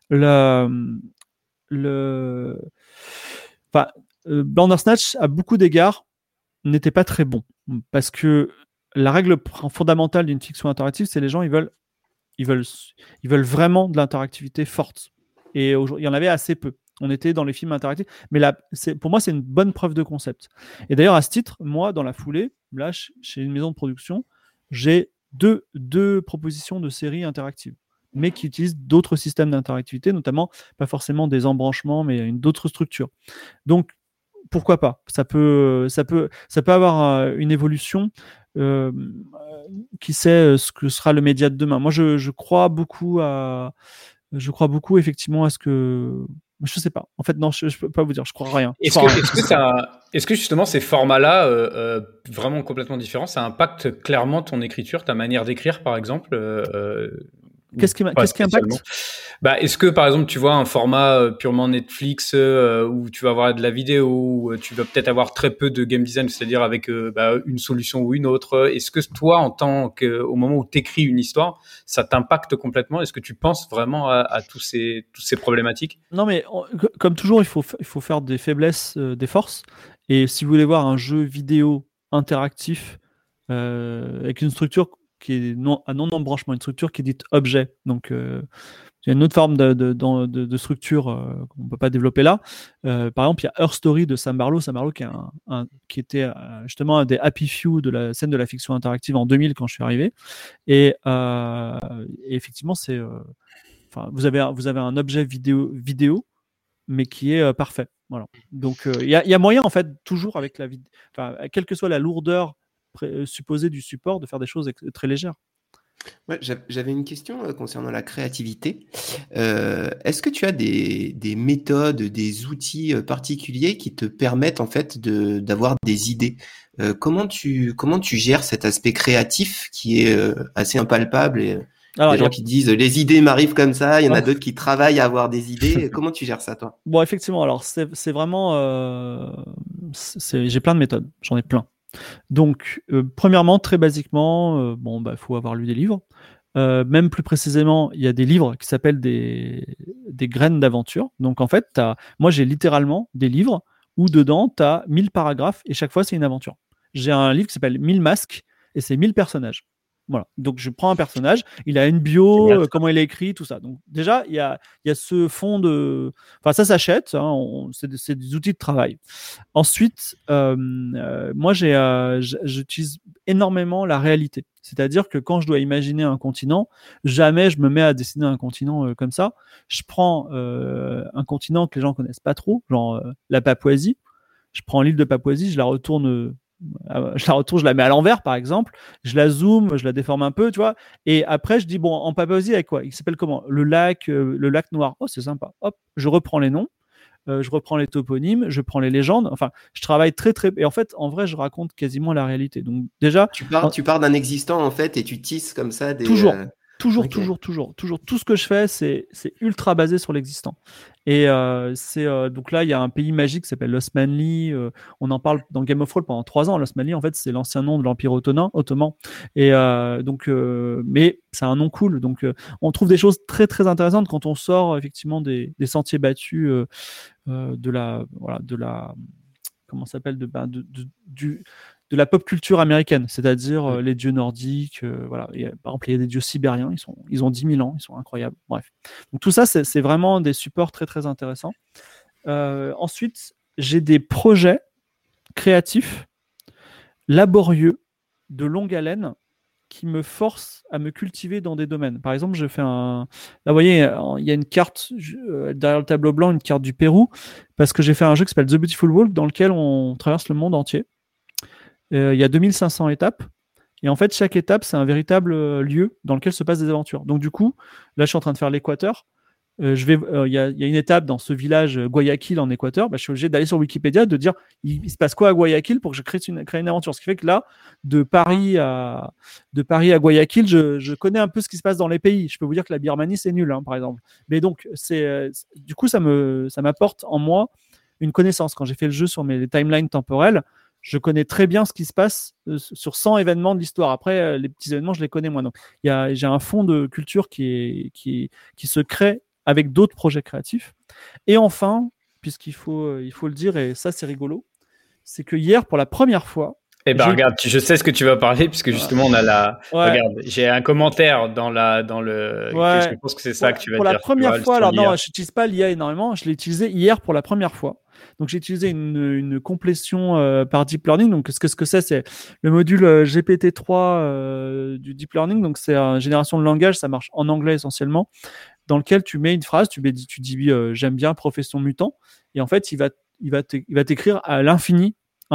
Bandersnatch, à beaucoup d'égards, n'était pas très bon. Parce que la règle fondamentale d'une fiction interactive, c'est les gens, ils veulent vraiment de l'interactivité forte. Et il y en avait assez peu. On était dans les films interactifs. Mais là, pour moi, c'est une bonne preuve de concept. Et d'ailleurs, à ce titre, moi, dans la foulée, là, chez une maison de production, j'ai deux propositions de séries interactives, mais qui utilisent d'autres systèmes d'interactivité, notamment, pas forcément des embranchements, mais d'autres structures. Donc, pourquoi pas ? Ça peut avoir une évolution. Qui sait ce que sera le média de demain. Moi, je crois beaucoup effectivement à ce que. Je sais pas. En fait, non, je peux pas vous dire. Je crois rien. Est-ce que justement ces formats-là, vraiment complètement différents, ça impacte clairement ton écriture, ta manière d'écrire, par exemple Qu'est-ce qui impacte ? Est-ce que, par exemple, tu vois un format purement Netflix où tu vas avoir de la vidéo, où tu vas peut-être avoir très peu de game design, c'est-à-dire avec une solution ou une autre. Est-ce que toi, au moment où tu écris une histoire, ça t'impacte complètement ? Est-ce que tu penses vraiment à toutes ces problématiques ? Non, mais comme toujours, il faut faire des faiblesses, des forces. Et si vous voulez voir un jeu vidéo interactif avec une structure qui est un non-embranchement, une structure qui est dite objet. Donc, il y a une autre forme de structure qu'on ne peut pas développer là. Par exemple, il y a Her Story de Sam Barlow. Sam Barlow qui était justement un des happy few de la scène de la fiction interactive en 2000 quand je suis arrivé. Et effectivement, vous avez un objet vidéo mais qui est parfait. Voilà. Donc, il y a moyen, en fait, toujours avec la vidéo, quelle que soit la lourdeur supposée du support, de faire des choses très légères. Ouais, j'avais une question concernant la créativité. Est-ce que tu as des méthodes, des outils particuliers qui te permettent en fait d'avoir des idées? Comment tu gères cet aspect créatif qui est assez impalpable et Alors, des gens qui disent les idées m'arrivent comme ça, il y en a d'autres qui travaillent à avoir des idées. Comment tu gères ça, toi? Bon, effectivement, alors c'est vraiment, j'ai plein de méthodes, j'en ai plein. Donc, premièrement, très basiquement, faut avoir lu des livres. Même plus précisément, il y a des livres qui s'appellent des graines d'aventure. Donc, en fait, moi, j'ai littéralement des livres où dedans, tu as 1000 paragraphes et chaque fois, c'est une aventure. J'ai un livre qui s'appelle 1000 masques et c'est 1000 personnages. Voilà. Donc, je prends un personnage, il a une bio, comment il est écrit, tout ça. Donc, déjà, il y a ce fond de. Enfin, ça s'achète, hein, c'est des outils de travail. Ensuite, moi, j'utilise énormément la réalité. C'est-à-dire que quand je dois imaginer un continent, jamais je me mets à dessiner un continent comme ça. Je prends un continent que les gens connaissent pas trop, genre la Papouasie. Je prends l'île de Papouasie, je la retourne. Je la mets à l'envers, par exemple. Je la zoome, je la déforme un peu, tu vois. Et après, je dis, bon, en Papouasie, avec quoi ? Il s'appelle comment ? Le lac Noir. Oh, c'est sympa. Hop, je reprends les noms. Je reprends les toponymes, je prends les légendes. Enfin, je travaille très. Et en fait, en vrai, je raconte quasiment la réalité. Donc, déjà. Tu pars d'un existant, en fait, et tu tisses comme ça des. Toujours. Okay. Toujours. Tout ce que je fais, c'est ultra basé sur l'existant. Et donc là, il y a un pays magique qui s'appelle l'Osmanli. On en parle dans Game of Thrones pendant 3 ans. L'Osmanli, en fait, c'est l'ancien nom de l'Empire ottoman. Et mais c'est un nom cool. Donc, on trouve des choses très très intéressantes quand on sort effectivement des sentiers battus de la comment ça s'appelle de la pop culture américaine, c'est-à-dire les dieux nordiques. Voilà. Par exemple, il y a des dieux sibériens, ils ont 10 000 ans, ils sont incroyables. Bref. Donc tout ça, c'est vraiment des supports très très intéressants. Ensuite, j'ai des projets créatif, laborieux, de longue haleine, qui me force à me cultiver dans des domaines. Par exemple, je fais Là, vous voyez, il y a une carte derrière le tableau blanc, une carte du Pérou, parce que j'ai fait un jeu qui s'appelle The Beautiful Walk, dans lequel on traverse le monde entier. Il y a 2500 étapes. Et en fait, chaque étape, c'est un véritable lieu dans lequel se passent des aventures. Donc du coup, là, je suis en train de faire l'Équateur. Il y a une étape dans ce village Guayaquil en Équateur. Je suis obligé d'aller sur Wikipédia, de dire il se passe quoi à Guayaquil pour que je crée une aventure. Ce qui fait que là, de Paris à Guayaquil, je connais un peu ce qui se passe dans les pays. Je peux vous dire que la Birmanie, c'est nul, par exemple. Mais donc, du coup, ça m'apporte en moi une connaissance. Quand j'ai fait le jeu sur mes timelines temporelles, je connais très bien ce qui se passe sur 100 événements de l'histoire. Après, les petits événements, je les connais moins. Donc, j'ai un fond de culture qui se crée avec d'autres projets créatifs. Et enfin, puisqu'il faut le dire, et ça c'est rigolo, c'est que hier, pour la première fois... regarde, je sais ce que tu vas parler, puisque justement, on a Regarde, j'ai un commentaire dans le... Je pense que c'est ça que tu vas dire. Pour la première fois, alors non, je n'utilise pas l'IA énormément, je l'ai utilisé hier pour la première fois. Donc, j'ai utilisé une complétion par Deep Learning. Donc, ce que c'est le module GPT-3 du Deep Learning. Donc, c'est une génération de langage, ça marche en anglais essentiellement, dans lequel tu mets une phrase, tu dis j'aime bien profession mutant, et en fait, il va t'écrire à l'infini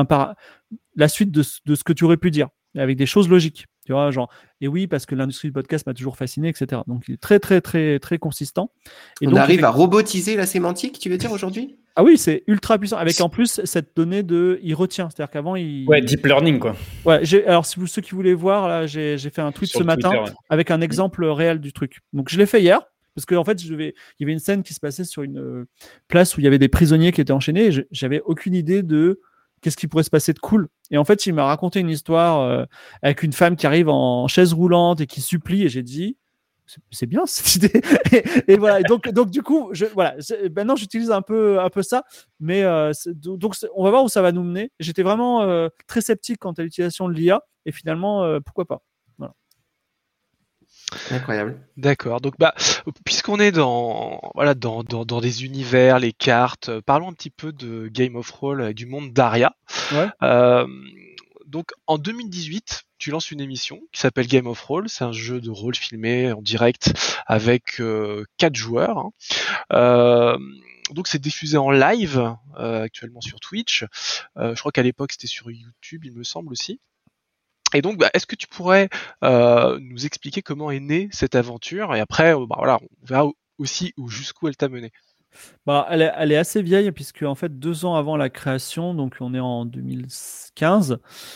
la suite de ce que tu aurais pu dire, avec des choses logiques. Tu vois, genre, et oui, parce que l'industrie du podcast m'a toujours fasciné, etc. Donc, il est très, très, très, très consistant. Et on arrive à robotiser la sémantique, tu veux dire, aujourd'hui ? Ah oui, c'est ultra puissant. Avec en plus cette donnée il retient. C'est-à-dire qu'avant, deep learning, quoi. Ouais, alors, ceux qui voulaient voir, là, j'ai fait un tweet ce matin avec un exemple réel du truc. Donc, je l'ai fait hier. Parce qu'en fait, il y avait une scène qui se passait sur une place où il y avait des prisonniers qui étaient enchaînés. Et j'avais aucune idée de qu'est-ce qui pourrait se passer de cool. Et en fait, il m'a raconté une histoire avec une femme qui arrive en chaise roulante et qui supplie. Et j'ai dit, c'est bien cette idée. Et voilà. Et donc du coup, maintenant, j'utilise un peu ça. Mais donc, on va voir où ça va nous mener. J'étais vraiment très sceptique quant à l'utilisation de l'IA. Et finalement, pourquoi pas. Voilà. Incroyable. D'accord. Donc, puisqu'on est dans des univers, les cartes, parlons un petit peu de Game of Roll et du monde d'Aria. Ouais. Donc, en 2018, tu lances une émission qui s'appelle Game of Roll. C'est un jeu de rôle filmé en direct avec 4 joueurs. Donc, c'est diffusé en live actuellement sur Twitch. Je crois qu'à l'époque, c'était sur YouTube, il me semble aussi. Et donc, est-ce que tu pourrais nous expliquer comment est née cette aventure ? Et après, on verra aussi jusqu'où elle t'a mené. Elle est assez vieille, puisque en fait, 2 ans avant la création, donc on est en 2015.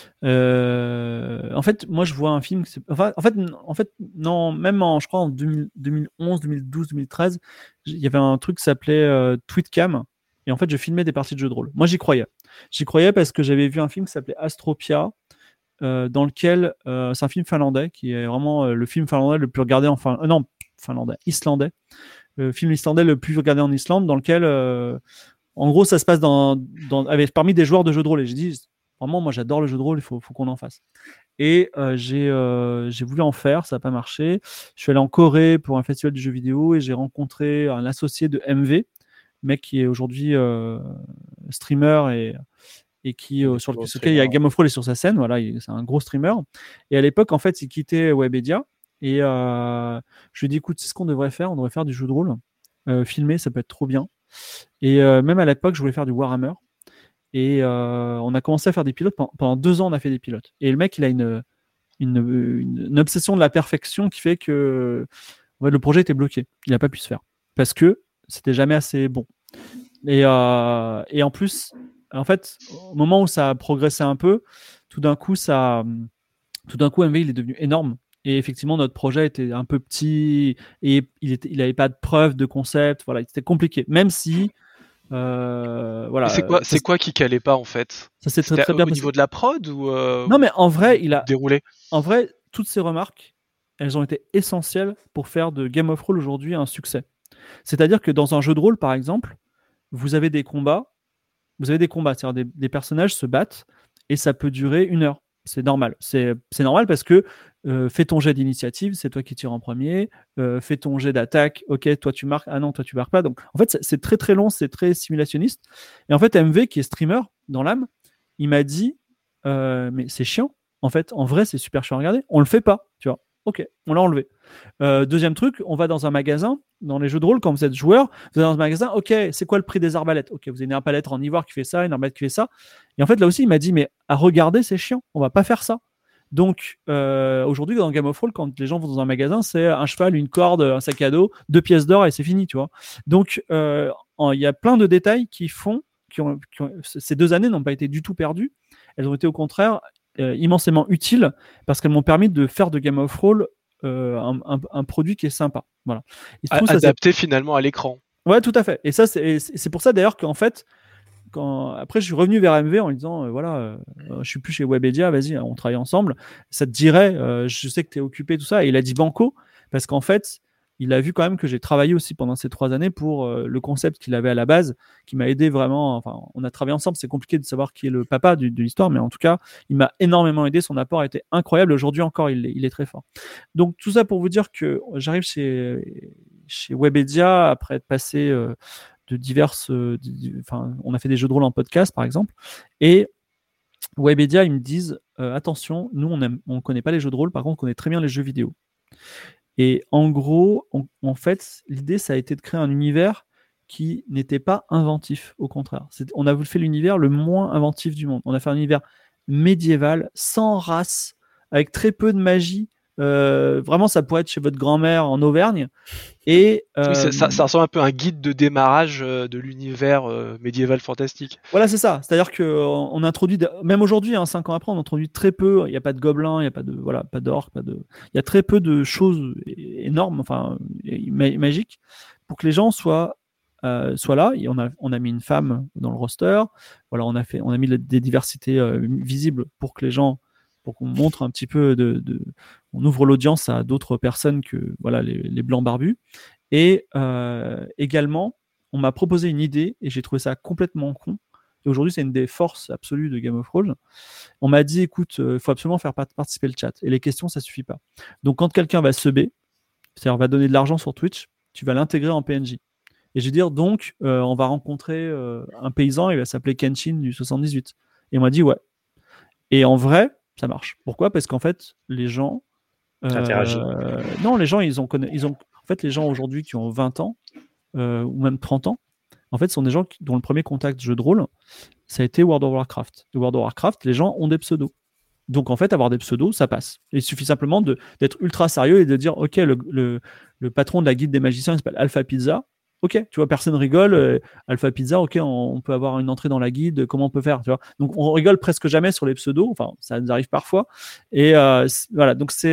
En fait, moi, je vois un film. Non, même je crois en 2011, 2012, 2013, il y avait un truc qui s'appelait Tweetcam. Et en fait, je filmais des parties de jeux de rôle. Moi, j'y croyais. J'y croyais parce que j'avais vu un film qui s'appelait Astropia. Dans lequel c'est un film finlandais qui est vraiment le film finlandais le plus regardé islandais, le film islandais le plus regardé en Islande, dans lequel en gros ça se passe parmi des joueurs de jeux de rôle. Et j'ai dit vraiment, moi j'adore le jeu de rôle, il faut qu'on en fasse. Et j'ai voulu en faire, ça n'a pas marché. Je suis allé en Corée pour un festival du jeu vidéo et j'ai rencontré un associé de MV, mec qui est aujourd'hui streamer et qui sur lequel il y a Game of Thrones sur sa scène, voilà, c'est un gros streamer. Et à l'époque, en fait, il quittait Webedia et je lui ai dit, écoute, c'est ce qu'on devrait faire, on devrait faire du jeu de rôle, filmer, ça peut être trop bien. Et même à l'époque, je voulais faire du Warhammer. Et on a commencé à faire des pilotes. Pendant 2 ans, on a fait des pilotes. Et le mec, il a une obsession de la perfection qui fait que le projet était bloqué. Il n'a pas pu se faire parce que c'était jamais assez bon. Et en plus, en fait, au moment où ça a progressé un peu, tout d'un coup, MV, il est devenu énorme. Et effectivement, notre projet était un peu petit et il n'avait pas de preuve de concept. Voilà, c'était compliqué. Même si, voilà. C'est quoi qui calait pas en fait ? Ça s'est très bien au niveau de la prod ou Non, mais en vrai, déroulé. En vrai, toutes ces remarques, elles ont été essentielles pour faire de Game of Roll aujourd'hui un succès. C'est-à-dire que dans un jeu de rôle, par exemple, vous avez des combats, c'est-à-dire des personnages se battent et ça peut durer 1 heure. C'est normal. C'est normal parce que fais ton jet d'initiative, c'est toi qui tires en premier. Fais ton jet d'attaque, ok, toi tu marques, ah non, toi tu marques pas. Donc en fait, c'est très très long, c'est très simulationniste. Et en fait, MV, qui est streamer dans l'âme, il m'a dit mais c'est chiant. En fait, en vrai, c'est super chiant à regarder. On le fait pas, tu vois. Ok, on l'a enlevé. Deuxième truc, on va dans un magasin, dans les jeux de rôle, quand vous êtes joueur, vous allez dans un magasin, ok, c'est quoi le prix des arbalètes? Ok, vous avez une arbalète en ivoire qui fait ça, une arbalète qui fait ça. Et en fait, là aussi, il m'a dit, mais à regarder, c'est chiant, on va pas faire ça. Donc, aujourd'hui, dans Game of Thrones, quand les gens vont dans un magasin, c'est un cheval, une corde, un sac à dos, 2 pièces d'or et c'est fini, tu vois. Donc, il y a plein de détails qui font, ces 2 années n'ont pas été du tout perdues. Elles ont été au contraire immensément utiles parce qu'elles m'ont permis de faire de Game of Thrones un produit qui est sympa. Voilà. Adapté finalement à l'écran. Ouais, tout à fait. Et ça, c'est pour ça d'ailleurs qu'en fait, après, je suis revenu vers MV en lui disant je suis plus chez Webedia, vas-y, on travaille ensemble. Ça te dirait, je sais que tu es occupé, tout ça. Et il a dit banco, parce qu'en fait, il a vu quand même que j'ai travaillé aussi pendant ces 3 années pour le concept qu'il avait à la base, qui m'a aidé vraiment. Enfin, on a travaillé ensemble, c'est compliqué de savoir qui est le papa de l'histoire, mais en tout cas, il m'a énormément aidé. Son apport a été incroyable. Aujourd'hui encore, il est très fort. Donc, tout ça pour vous dire que j'arrive chez Webedia après être passé. De diverses. On a fait des jeux de rôle en podcast, par exemple. Et Webedia, ils me disent attention, nous, on ne connaît pas les jeux de rôle, par contre, on connaît très bien les jeux vidéo. Et en gros, en fait, l'idée, ça a été de créer un univers qui n'était pas inventif, au contraire. On a fait l'univers le moins inventif du monde. On a fait un univers médiéval, sans race, avec très peu de magie. Vraiment, ça pourrait être chez votre grand-mère en Auvergne. Et oui, ça ressemble un peu à un guide de démarrage de l'univers médiéval fantastique. Voilà, c'est ça. C'est-à-dire qu'on introduit, même aujourd'hui, 5 ans après, on introduit très peu. Il n'y a pas de gobelins, il n'y a pas de, voilà, pas d'orques, il y a très peu de choses énormes, enfin magiques, pour que les gens soient là. Et on a mis une femme dans le roster. Voilà, on a mis des diversités visibles pour que les gens, pour qu'on montre un petit peu on ouvre l'audience à d'autres personnes que voilà les blancs barbus. Et également, on m'a proposé une idée et j'ai trouvé ça complètement con. Et aujourd'hui, c'est une des forces absolues de Game of Thrones. On m'a dit, écoute, il faut absolument faire participer le chat. Et les questions, ça suffit pas. Donc, quand quelqu'un va subber, c'est-à-dire va donner de l'argent sur Twitch, tu vas l'intégrer en PNJ. Et je vais dire, donc, on va rencontrer un paysan, il va s'appeler Kenshin du 78. Et on m'a dit, ouais. Et en vrai, ça marche. Pourquoi? Parce qu'en fait, les gens... non, les gens, en fait, les gens aujourd'hui qui ont 20 ans, ou même 30 ans, en fait, sont des gens dont le premier contact jeu de rôle, ça a été World of Warcraft. Et World of Warcraft, les gens ont des pseudos. Donc, en fait, avoir des pseudos, ça passe. Et il suffit simplement d'être ultra sérieux et de dire, OK, le patron de la guilde des magiciens, il s'appelle Alpha Pizza. OK, tu vois, personne rigole. Alpha Pizza, OK, on peut avoir une entrée dans la guilde. Comment on peut faire, tu vois? Donc, on rigole presque jamais sur les pseudos. Enfin, ça nous arrive parfois. Et voilà, donc ça,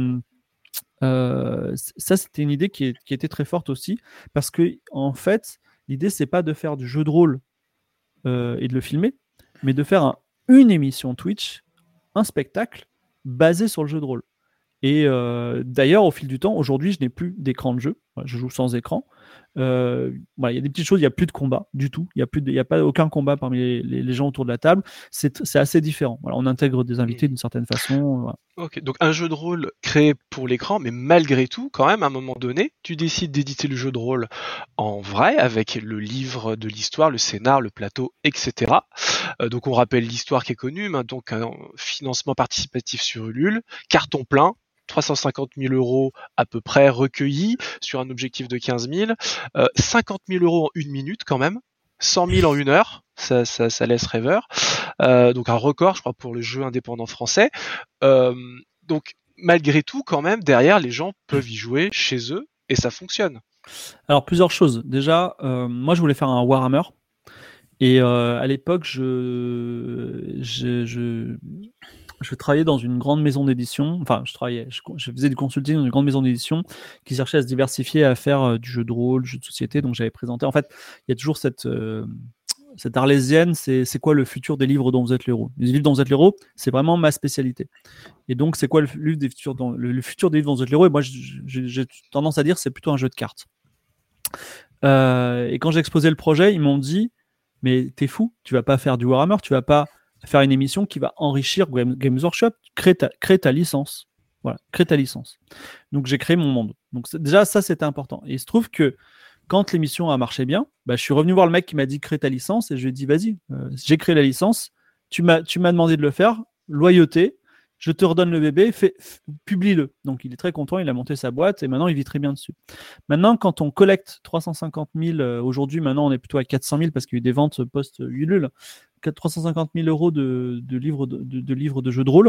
c'était une idée qui était très forte aussi, parce que en fait, l'idée, c'est pas de faire du jeu de rôle et de le filmer, mais de faire une émission Twitch, un spectacle basé sur le jeu de rôle. Et d'ailleurs, au fil du temps, aujourd'hui, je n'ai plus d'écran de jeu. Je joue sans écran. Il y a des petites choses, il n'y a plus de combat du tout. Il n'y a pas aucun combat parmi les gens autour de la table. C'est assez différent. Voilà, on intègre des invités d'une certaine façon. Voilà. Ok, donc un jeu de rôle créé pour l'écran, mais malgré tout, quand même, à un moment donné, tu décides d'éditer le jeu de rôle en vrai, avec le livre de l'histoire, le scénar, le plateau, etc. Donc on rappelle l'histoire qui est connue, donc un financement participatif sur Ulule, carton plein, 350 000 € à peu près recueillis sur un objectif de 15 000, 50 000 € en 1 minute quand même, 100 000 en 1 heure, ça laisse rêveur. Donc un record, je crois, pour le jeu indépendant français. Donc malgré tout, quand même, derrière, les gens peuvent y jouer chez eux et ça fonctionne. Alors plusieurs choses. Déjà, moi je voulais faire un Warhammer. Et à l'époque, je travaillais dans une grande maison d'édition. Enfin, je faisais du consulting dans une grande maison d'édition qui cherchait à se diversifier, à faire du jeu de rôle, du jeu de société. Donc, j'avais présenté. En fait, il y a toujours cette arlésienne. C'est quoi le futur des livres dont vous êtes l'héros? Les livres dont vous êtes l'héros, c'est vraiment ma spécialité. Et donc, c'est quoi le futur des livres dont vous êtes l'héros? Et moi, j'ai tendance à dire c'est plutôt un jeu de cartes. Et quand j'ai exposé le projet, ils m'ont dit mais t'es fou, tu vas pas faire du Warhammer, tu vas pas faire une émission qui va enrichir Games Workshop, crée ta licence. Voilà, crée ta licence. Donc j'ai créé mon monde. Donc déjà ça c'était important. Et il se trouve que quand l'émission a marché bien, je suis revenu voir le mec qui m'a dit crée ta licence et je lui ai dit vas-y, j'ai créé la licence, tu m'as demandé de le faire, loyauté, je te redonne le bébé, publie-le. Donc il est très content, il a monté sa boîte et maintenant il vit très bien dessus. Maintenant, quand on collecte 350 000, aujourd'hui, maintenant on est plutôt à 400 000 parce qu'il y a eu des ventes post-Ulule, 350 000 euros de livres de jeux de rôle.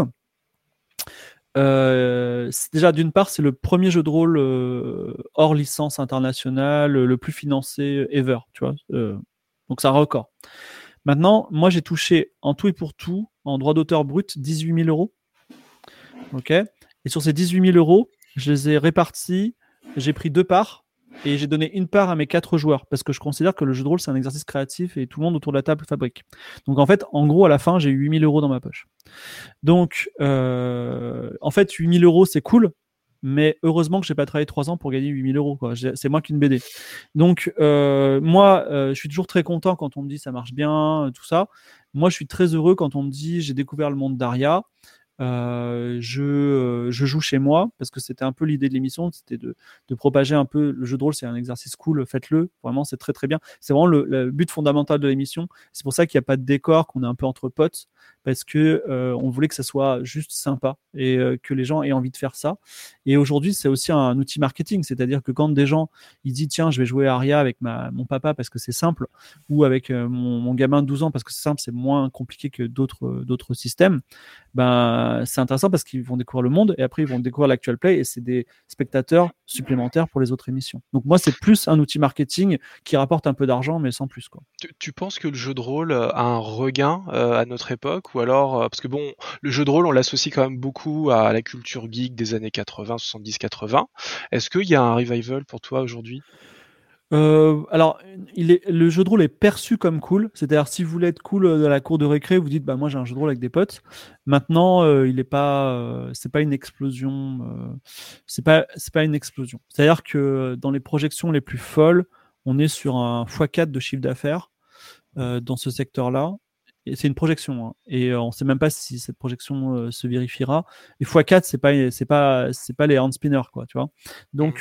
Déjà, d'une part, c'est le premier jeu de rôle hors licence internationale, le plus financé ever, tu vois. Donc c'est un record. Maintenant, moi j'ai touché en tout et pour tout, en droit d'auteur brut, 18 000 euros. Ok. Et sur ces 18 000 euros, je les ai répartis, j'ai pris 2 parts et j'ai donné une part à mes 4 joueurs parce que je considère que le jeu de rôle c'est un exercice créatif et tout le monde autour de la table fabrique. Donc en fait, en gros, à la fin, j'ai eu 8 000 euros dans ma poche. Donc en fait, 8 000 euros c'est cool, mais heureusement que j'ai pas travaillé 3 ans pour gagner 8 000 euros, quoi. C'est moins qu'une BD. Donc moi, je suis toujours très content quand on me dit ça marche bien, tout ça. Moi, je suis très heureux quand on me dit j'ai découvert le monde d'Aria. Je joue chez moi parce que c'était un peu l'idée de l'émission, c'était de propager un peu le jeu de rôle. C'est un exercice cool, faites-le, vraiment c'est très très bien, c'est vraiment le but fondamental de l'émission. C'est pour ça qu'il n'y a pas de décor, qu'on est un peu entre potes, parce que on voulait que ça soit juste sympa et que les gens aient envie de faire ça. Et aujourd'hui c'est aussi un outil marketing, c'est-à-dire que quand des gens ils disent tiens je vais jouer à Aria avec mon papa parce que c'est simple, ou avec mon gamin de 12 ans parce que c'est simple, c'est moins compliqué que d'autres systèmes, ben, c'est intéressant parce qu'ils vont découvrir le monde et après ils vont découvrir l'actual play et c'est des spectateurs supplémentaires pour les autres émissions. Donc moi c'est plus un outil marketing qui rapporte un peu d'argent mais sans plus, quoi. Tu penses que le jeu de rôle a un regain à notre époque, ou alors parce que bon, le jeu de rôle on l'associe quand même beaucoup à la culture geek des années 80, 70, 80. Est-ce qu'il y a un revival pour toi aujourd'hui? Alors, le jeu de rôle est perçu comme cool. C'est-à-dire, si vous voulez être cool dans la cour de récré, vous dites, bah moi j'ai un jeu de rôle avec des potes. Maintenant, il est pas, c'est pas une explosion. C'est pas une explosion. C'est-à-dire que dans les projections les plus folles, on est sur un x4 de chiffre d'affaires dans ce secteur-là. Et c'est une projection, hein. Et on ne sait même pas si cette projection se vérifiera. Et x4, c'est pas les hand spinners, quoi, tu vois. Donc,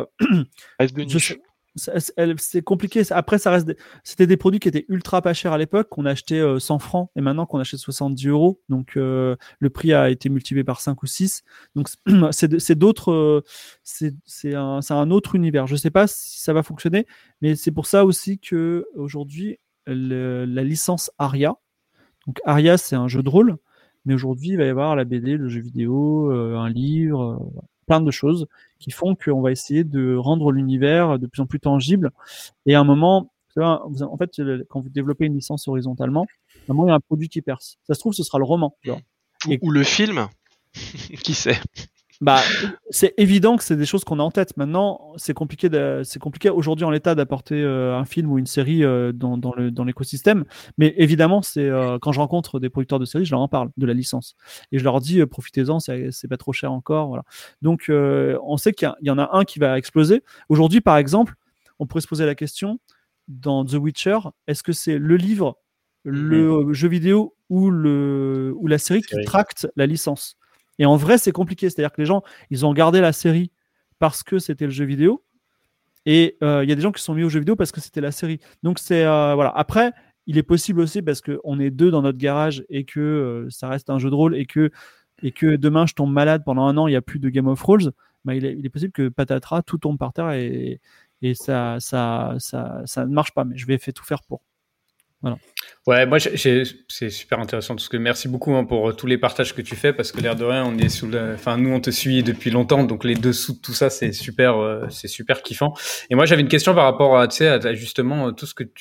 c'est compliqué. Après, c'était des produits qui étaient ultra pas chers à l'époque, qu'on achetait 100 francs et maintenant qu'on achète 70 euros. Donc, le prix a été multiplié par 5 ou 6. Donc, c'est d'autres. C'est un autre univers. Je ne sais pas si ça va fonctionner, mais c'est pour ça aussi que aujourd'hui, la licence Aria. Donc, Aria, c'est un jeu de rôle, mais aujourd'hui, il va y avoir la BD, le jeu vidéo, un livre. Plein de choses qui font qu'on va essayer de rendre l'univers de plus en plus tangible. Et à un moment, en fait, quand vous développez une licence horizontalement, à un moment, il y a un produit qui perce. Ça se trouve, ce sera le roman. Ou le film. Qui sait? Bah, c'est évident que c'est des choses qu'on a en tête. Maintenant, c'est compliqué aujourd'hui en l'état d'apporter un film ou une série dans l'écosystème. Mais évidemment, c'est quand je rencontre des producteurs de séries, je leur en parle de la licence et je leur dis profitez-en, c'est pas trop cher encore. Voilà. Donc, on sait qu'il y en a un qui va exploser. Aujourd'hui, par exemple, on pourrait se poser la question dans The Witcher, est-ce que c'est le livre, le jeu vidéo ou la série qui tracte la licence? Et en vrai, c'est compliqué. C'est-à-dire que les gens, ils ont regardé la série parce que c'était le jeu vidéo. Et il y a des gens qui sont mis au jeu vidéo parce que c'était la série. Donc, c'est voilà. Après, il est possible aussi parce qu'on est 2 dans notre garage et que ça reste un jeu de rôle et que demain, je tombe malade pendant 1 an, il n'y a plus de Game of Thrones. Bah, il est possible que patatras, tout tombe par terre et ça ne marche pas. Mais je vais tout faire pour. Voilà. Ouais, moi, c'est super intéressant tout ce que merci beaucoup pour tous les partages que tu fais parce que l'air de rien, on est nous, on te suit depuis longtemps, donc les dessous de tout ça, c'est super kiffant. Et moi, j'avais une question par rapport à, tu sais, à justement tout ce que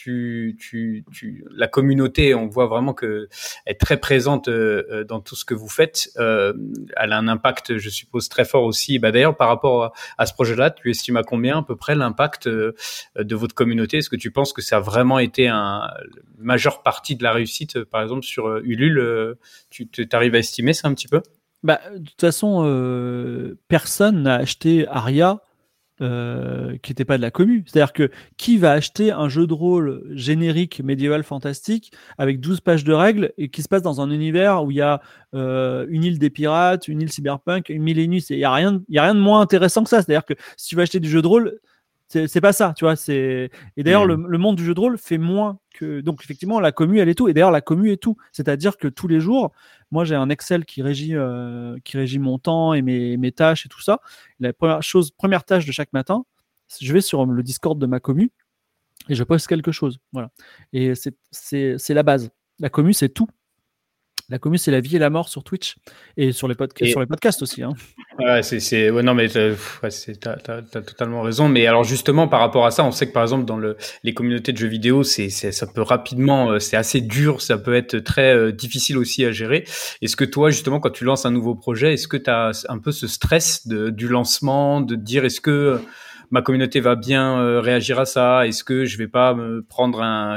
la communauté, on voit vraiment que elle est très présente dans tout ce que vous faites. Elle a un impact, je suppose, très fort aussi. Bah d'ailleurs, par rapport à ce projet-là, tu estimes à combien à peu près l'impact de votre communauté? Est-ce que tu penses que ça a vraiment été une majeure partie de la réussite, par exemple, sur Ulule, tu arrives à estimer ça un petit peu? Bah, de toute façon, personne n'a acheté Aria qui n'était pas de la commu. C'est-à-dire que qui va acheter un jeu de rôle générique médiéval fantastique avec 12 pages de règles et qui se passe dans un univers où il y a une île des pirates, une île cyberpunk, une mille et une nuits. Il n'y a rien de moins intéressant que ça. C'est-à-dire que si tu vas acheter du jeu de rôle, C'est pas ça, tu vois. Et d'ailleurs, le monde du jeu de rôle fait moins que. Donc, effectivement, la commu, elle est tout. Et d'ailleurs, la commu est tout. C'est-à-dire que tous les jours, moi, j'ai un Excel qui régit mon temps et mes tâches et tout ça. La première tâche de chaque matin, je vais sur le Discord de ma commu et je poste quelque chose. Voilà. Et c'est la base. La commu, c'est tout. La commu, c'est la vie et la mort sur Twitch et sur les podcasts aussi. Hein. Ouais, non, mais t'as totalement raison. Mais alors justement, par rapport à ça, on sait que par exemple dans les communautés de jeux vidéo, ça peut rapidement, c'est assez dur, ça peut être très difficile aussi à gérer. Est-ce que toi, justement, quand tu lances un nouveau projet, est-ce que t'as un peu ce stress du lancement, de te dire est-ce que ma communauté va bien réagir à ça? Est-ce que je vais pas me prendre un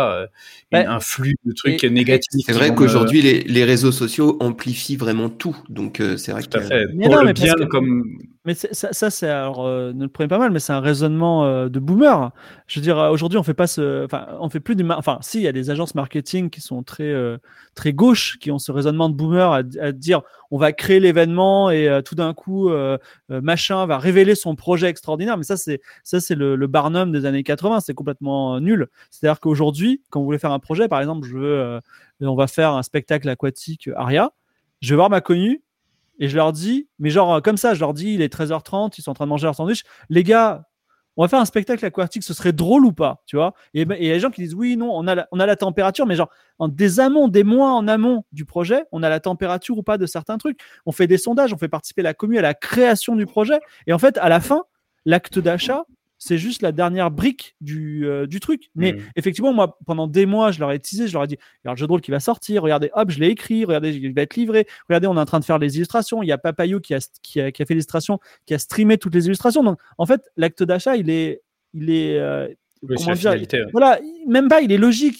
flux de trucs négatifs? C'est vrai qu'aujourd'hui, les réseaux sociaux amplifient vraiment tout. Donc, c'est vrai tout à fait. Mais ça c'est alors ne le prenez pas mal, mais c'est un raisonnement de boomer. Je veux dire, aujourd'hui, on fait plus si, il y a des agences marketing qui sont très très gauche, qui ont ce raisonnement de boomer à dire on va créer l'événement et tout d'un coup machin va révéler son projet extraordinaire. Mais ça c'est le Barnum des années 80, c'est complètement nul. C'est-à-dire qu'aujourd'hui, quand vous voulez faire un projet, par exemple, on va faire un spectacle aquatique Aria, je vais voir ma connue. Et je leur dis, mais genre comme ça, je leur dis, il est 13h30, ils sont en train de manger leur sandwich. Les gars, on va faire un spectacle aquatique, ce serait drôle ou pas, tu vois? Et il y a des gens qui disent, oui, non, on a la température, mais genre des mois en amont du projet, on a la température ou pas de certains trucs. On fait des sondages, on fait participer la commune à la création du projet. Et en fait, à la fin, l'acte d'achat, c'est juste la dernière brique du truc. Mais effectivement, moi, pendant des mois, je leur ai teasé, je leur ai dit, il y a le jeu de rôle qui va sortir, regardez, hop, je l'ai écrit, regardez, il va être livré, regardez, on est en train de faire les illustrations, il y a Papayou qui a fait l'illustration, qui a streamé toutes les illustrations. Donc, en fait, l'acte d'achat, il est comment dire, voilà, même pas, il est logique,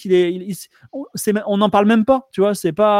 on n'en parle même pas, tu vois,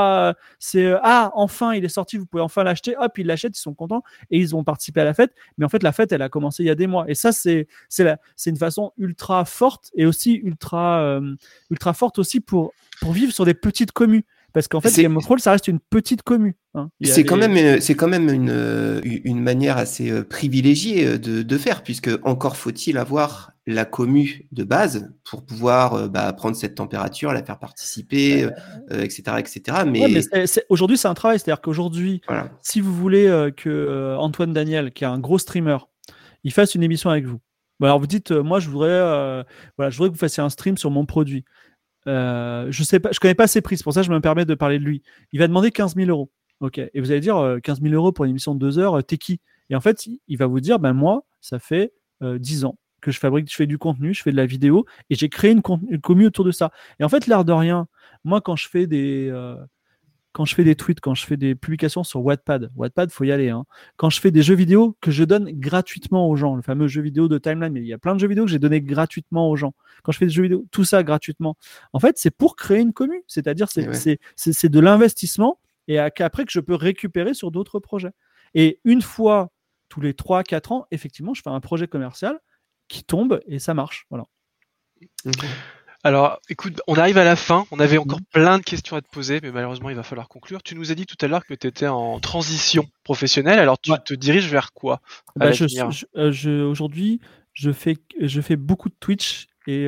enfin il est sorti, vous pouvez enfin l'acheter, hop, ils l'achètent, ils sont contents et ils ont participé à la fête. Mais en fait, la fête, elle a commencé il y a des mois, et ça c'est une façon ultra forte et aussi ultra forte aussi pour vivre sur des petites communes. Parce qu'en fait, Game of Thrones, ça reste une petite commu. Hein. C'est quand même une manière assez privilégiée de faire, puisque encore faut-il avoir la commu de base pour pouvoir prendre cette température, la faire participer, etc., etc. Mais aujourd'hui, c'est un travail. C'est-à-dire qu'aujourd'hui, voilà. Si vous voulez que Antoine Daniel, qui est un gros streamer, il fasse une émission avec vous. Alors vous dites, moi, je voudrais que vous fassiez un stream sur mon produit. Je sais pas, je connais pas ses prix, c'est pour ça que je me permets de parler de lui. Il va demander 15 000 €. Ok. Et vous allez dire 15 000 € pour une émission de 2 heures, t'es qui? Et en fait, il va vous dire, moi, ça fait 10 ans que je fais du contenu, je fais de la vidéo et j'ai créé une commu autour de ça. Et en fait, l'air de rien, moi, quand je fais des tweets, quand je fais des publications sur Wattpad, faut y aller. Hein. Quand je fais des jeux vidéo que je donne gratuitement aux gens, le fameux jeu vidéo de Timeline, mais il y a plein de jeux vidéo que j'ai donné gratuitement aux gens. Quand je fais des jeux vidéo, tout ça gratuitement. En fait, c'est pour créer une commu. C'est-à-dire, c'est de l'investissement et après que je peux récupérer sur d'autres projets. Et une fois tous les 3-4 ans, effectivement, je fais un projet commercial qui tombe et ça marche. Voilà. Okay. Alors, écoute, on arrive à la fin. On avait encore plein de questions à te poser, mais malheureusement, il va falloir conclure. Tu nous as dit tout à l'heure que tu étais en transition professionnelle. Alors, tu te diriges vers quoi aujourd'hui, je fais beaucoup de Twitch et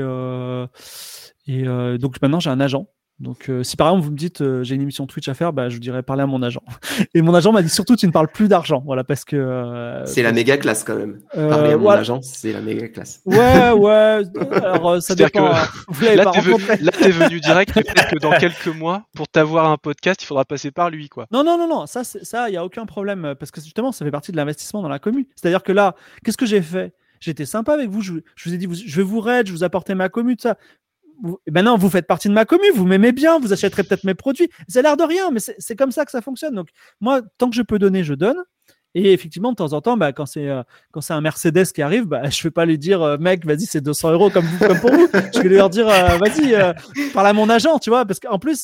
donc maintenant, j'ai un agent. Donc, si par exemple vous me dites j'ai une émission Twitch à faire, je vous dirais parler à mon agent. Et mon agent m'a dit surtout tu ne parles plus d'argent, voilà, parce que c'est la méga classe quand même. Parler à mon agent, c'est la méga classe. Ouais. Alors ça dépend. Vous l'avez pas rencontré. Là, t'es venu direct. Et peut-être que dans quelques mois, pour t'avoir un podcast, il faudra passer par lui, quoi. Non. Ça, il y a aucun problème parce que justement, ça fait partie de l'investissement dans la commu. C'est-à-dire que là, qu'est-ce que j'ai fait? J'étais sympa avec vous. Je vous ai dit, je vais vous raid, je vous apportais ma commu, tout ça. Non, vous faites partie de ma commu, vous m'aimez bien, vous achèterez peut-être mes produits. Ça a l'air de rien, mais c'est comme ça que ça fonctionne. Donc, moi, tant que je peux donner, je donne. Et effectivement, de temps en temps, quand c'est un Mercedes qui arrive, je ne vais pas lui dire, mec, vas-y, c'est 200 € comme pour vous. Je vais leur dire, vas-y, parle à mon agent, tu vois, parce qu'en plus,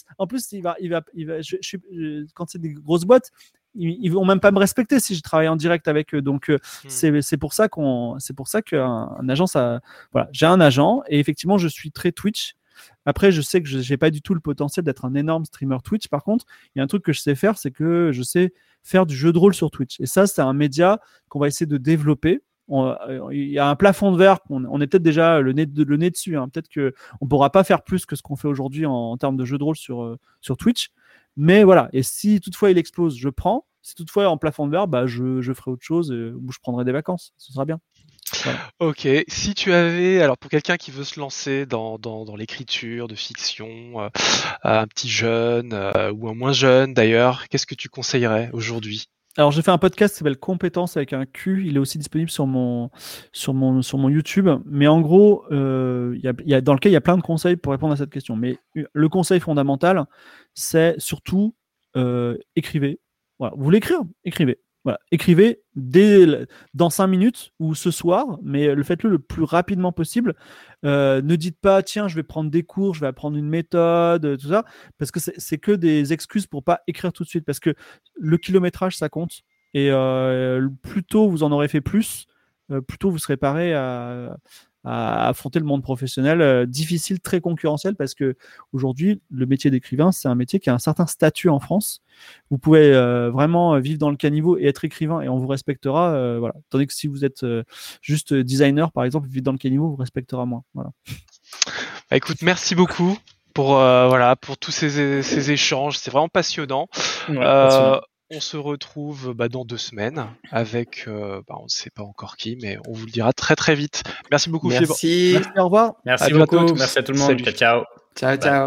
quand c'est des grosses boîtes, ils vont même pas me respecter si je travaille en direct avec eux. Donc c'est pour ça qu'un agent, voilà, j'ai un agent et effectivement je suis très Twitch. Après, je sais que je n'ai pas du tout le potentiel d'être un énorme streamer Twitch. Par contre, il y a un truc que je sais faire, c'est que je sais faire du jeu de rôle sur Twitch. Et ça, c'est un média qu'on va essayer de développer il y a un plafond de verre, on est peut-être déjà le nez dessus. Hein. Peut-être qu'on ne pourra pas faire plus que ce qu'on fait aujourd'hui en termes de jeux de rôle sur Twitch. Mais voilà, et si toutefois il explose, je prends. Si toutefois en plafond de verre, bah, je ferai autre chose ou je prendrai des vacances. Ce sera bien. Voilà. Ok, si tu avais, alors pour quelqu'un qui veut se lancer dans l'écriture de fiction, un petit jeune ou un moins jeune d'ailleurs, qu'est-ce que tu conseillerais aujourd'hui? Alors j'ai fait un podcast qui s'appelle Compétences avec un Q. Il est aussi disponible sur mon YouTube. Mais en gros, dans lequel il y a plein de conseils pour répondre à cette question. Mais le conseil fondamental, c'est surtout écrivez. Voilà. Vous voulez écrire? Écrivez. Voilà. Écrivez dans 5 minutes ou ce soir, mais faites-le le plus rapidement possible. Ne dites pas, tiens, je vais prendre des cours, je vais apprendre une méthode, tout ça, parce que c'est que des excuses pour pas écrire tout de suite. Parce que le kilométrage, ça compte. Et plus tôt vous en aurez fait plus tôt vous serez paré à affronter le monde professionnel difficile, très concurrentiel, parce que aujourd'hui, le métier d'écrivain, c'est un métier qui a un certain statut en France. Vous pouvez vraiment vivre dans le caniveau et être écrivain et on vous respectera. Voilà. Tandis que si vous êtes juste designer, par exemple, vivre dans le caniveau, on vous respectera moins. Voilà. Bah, écoute, merci beaucoup pour tous ces échanges. C'est vraiment passionnant. Ouais, on se retrouve dans 2 semaines avec, on ne sait pas encore qui, mais on vous le dira très très vite. Merci beaucoup, Fibre. Merci. Merci, au revoir. Merci À bientôt à beaucoup. tous. Merci à tout le monde. Salut. Ciao. Ciao, ciao.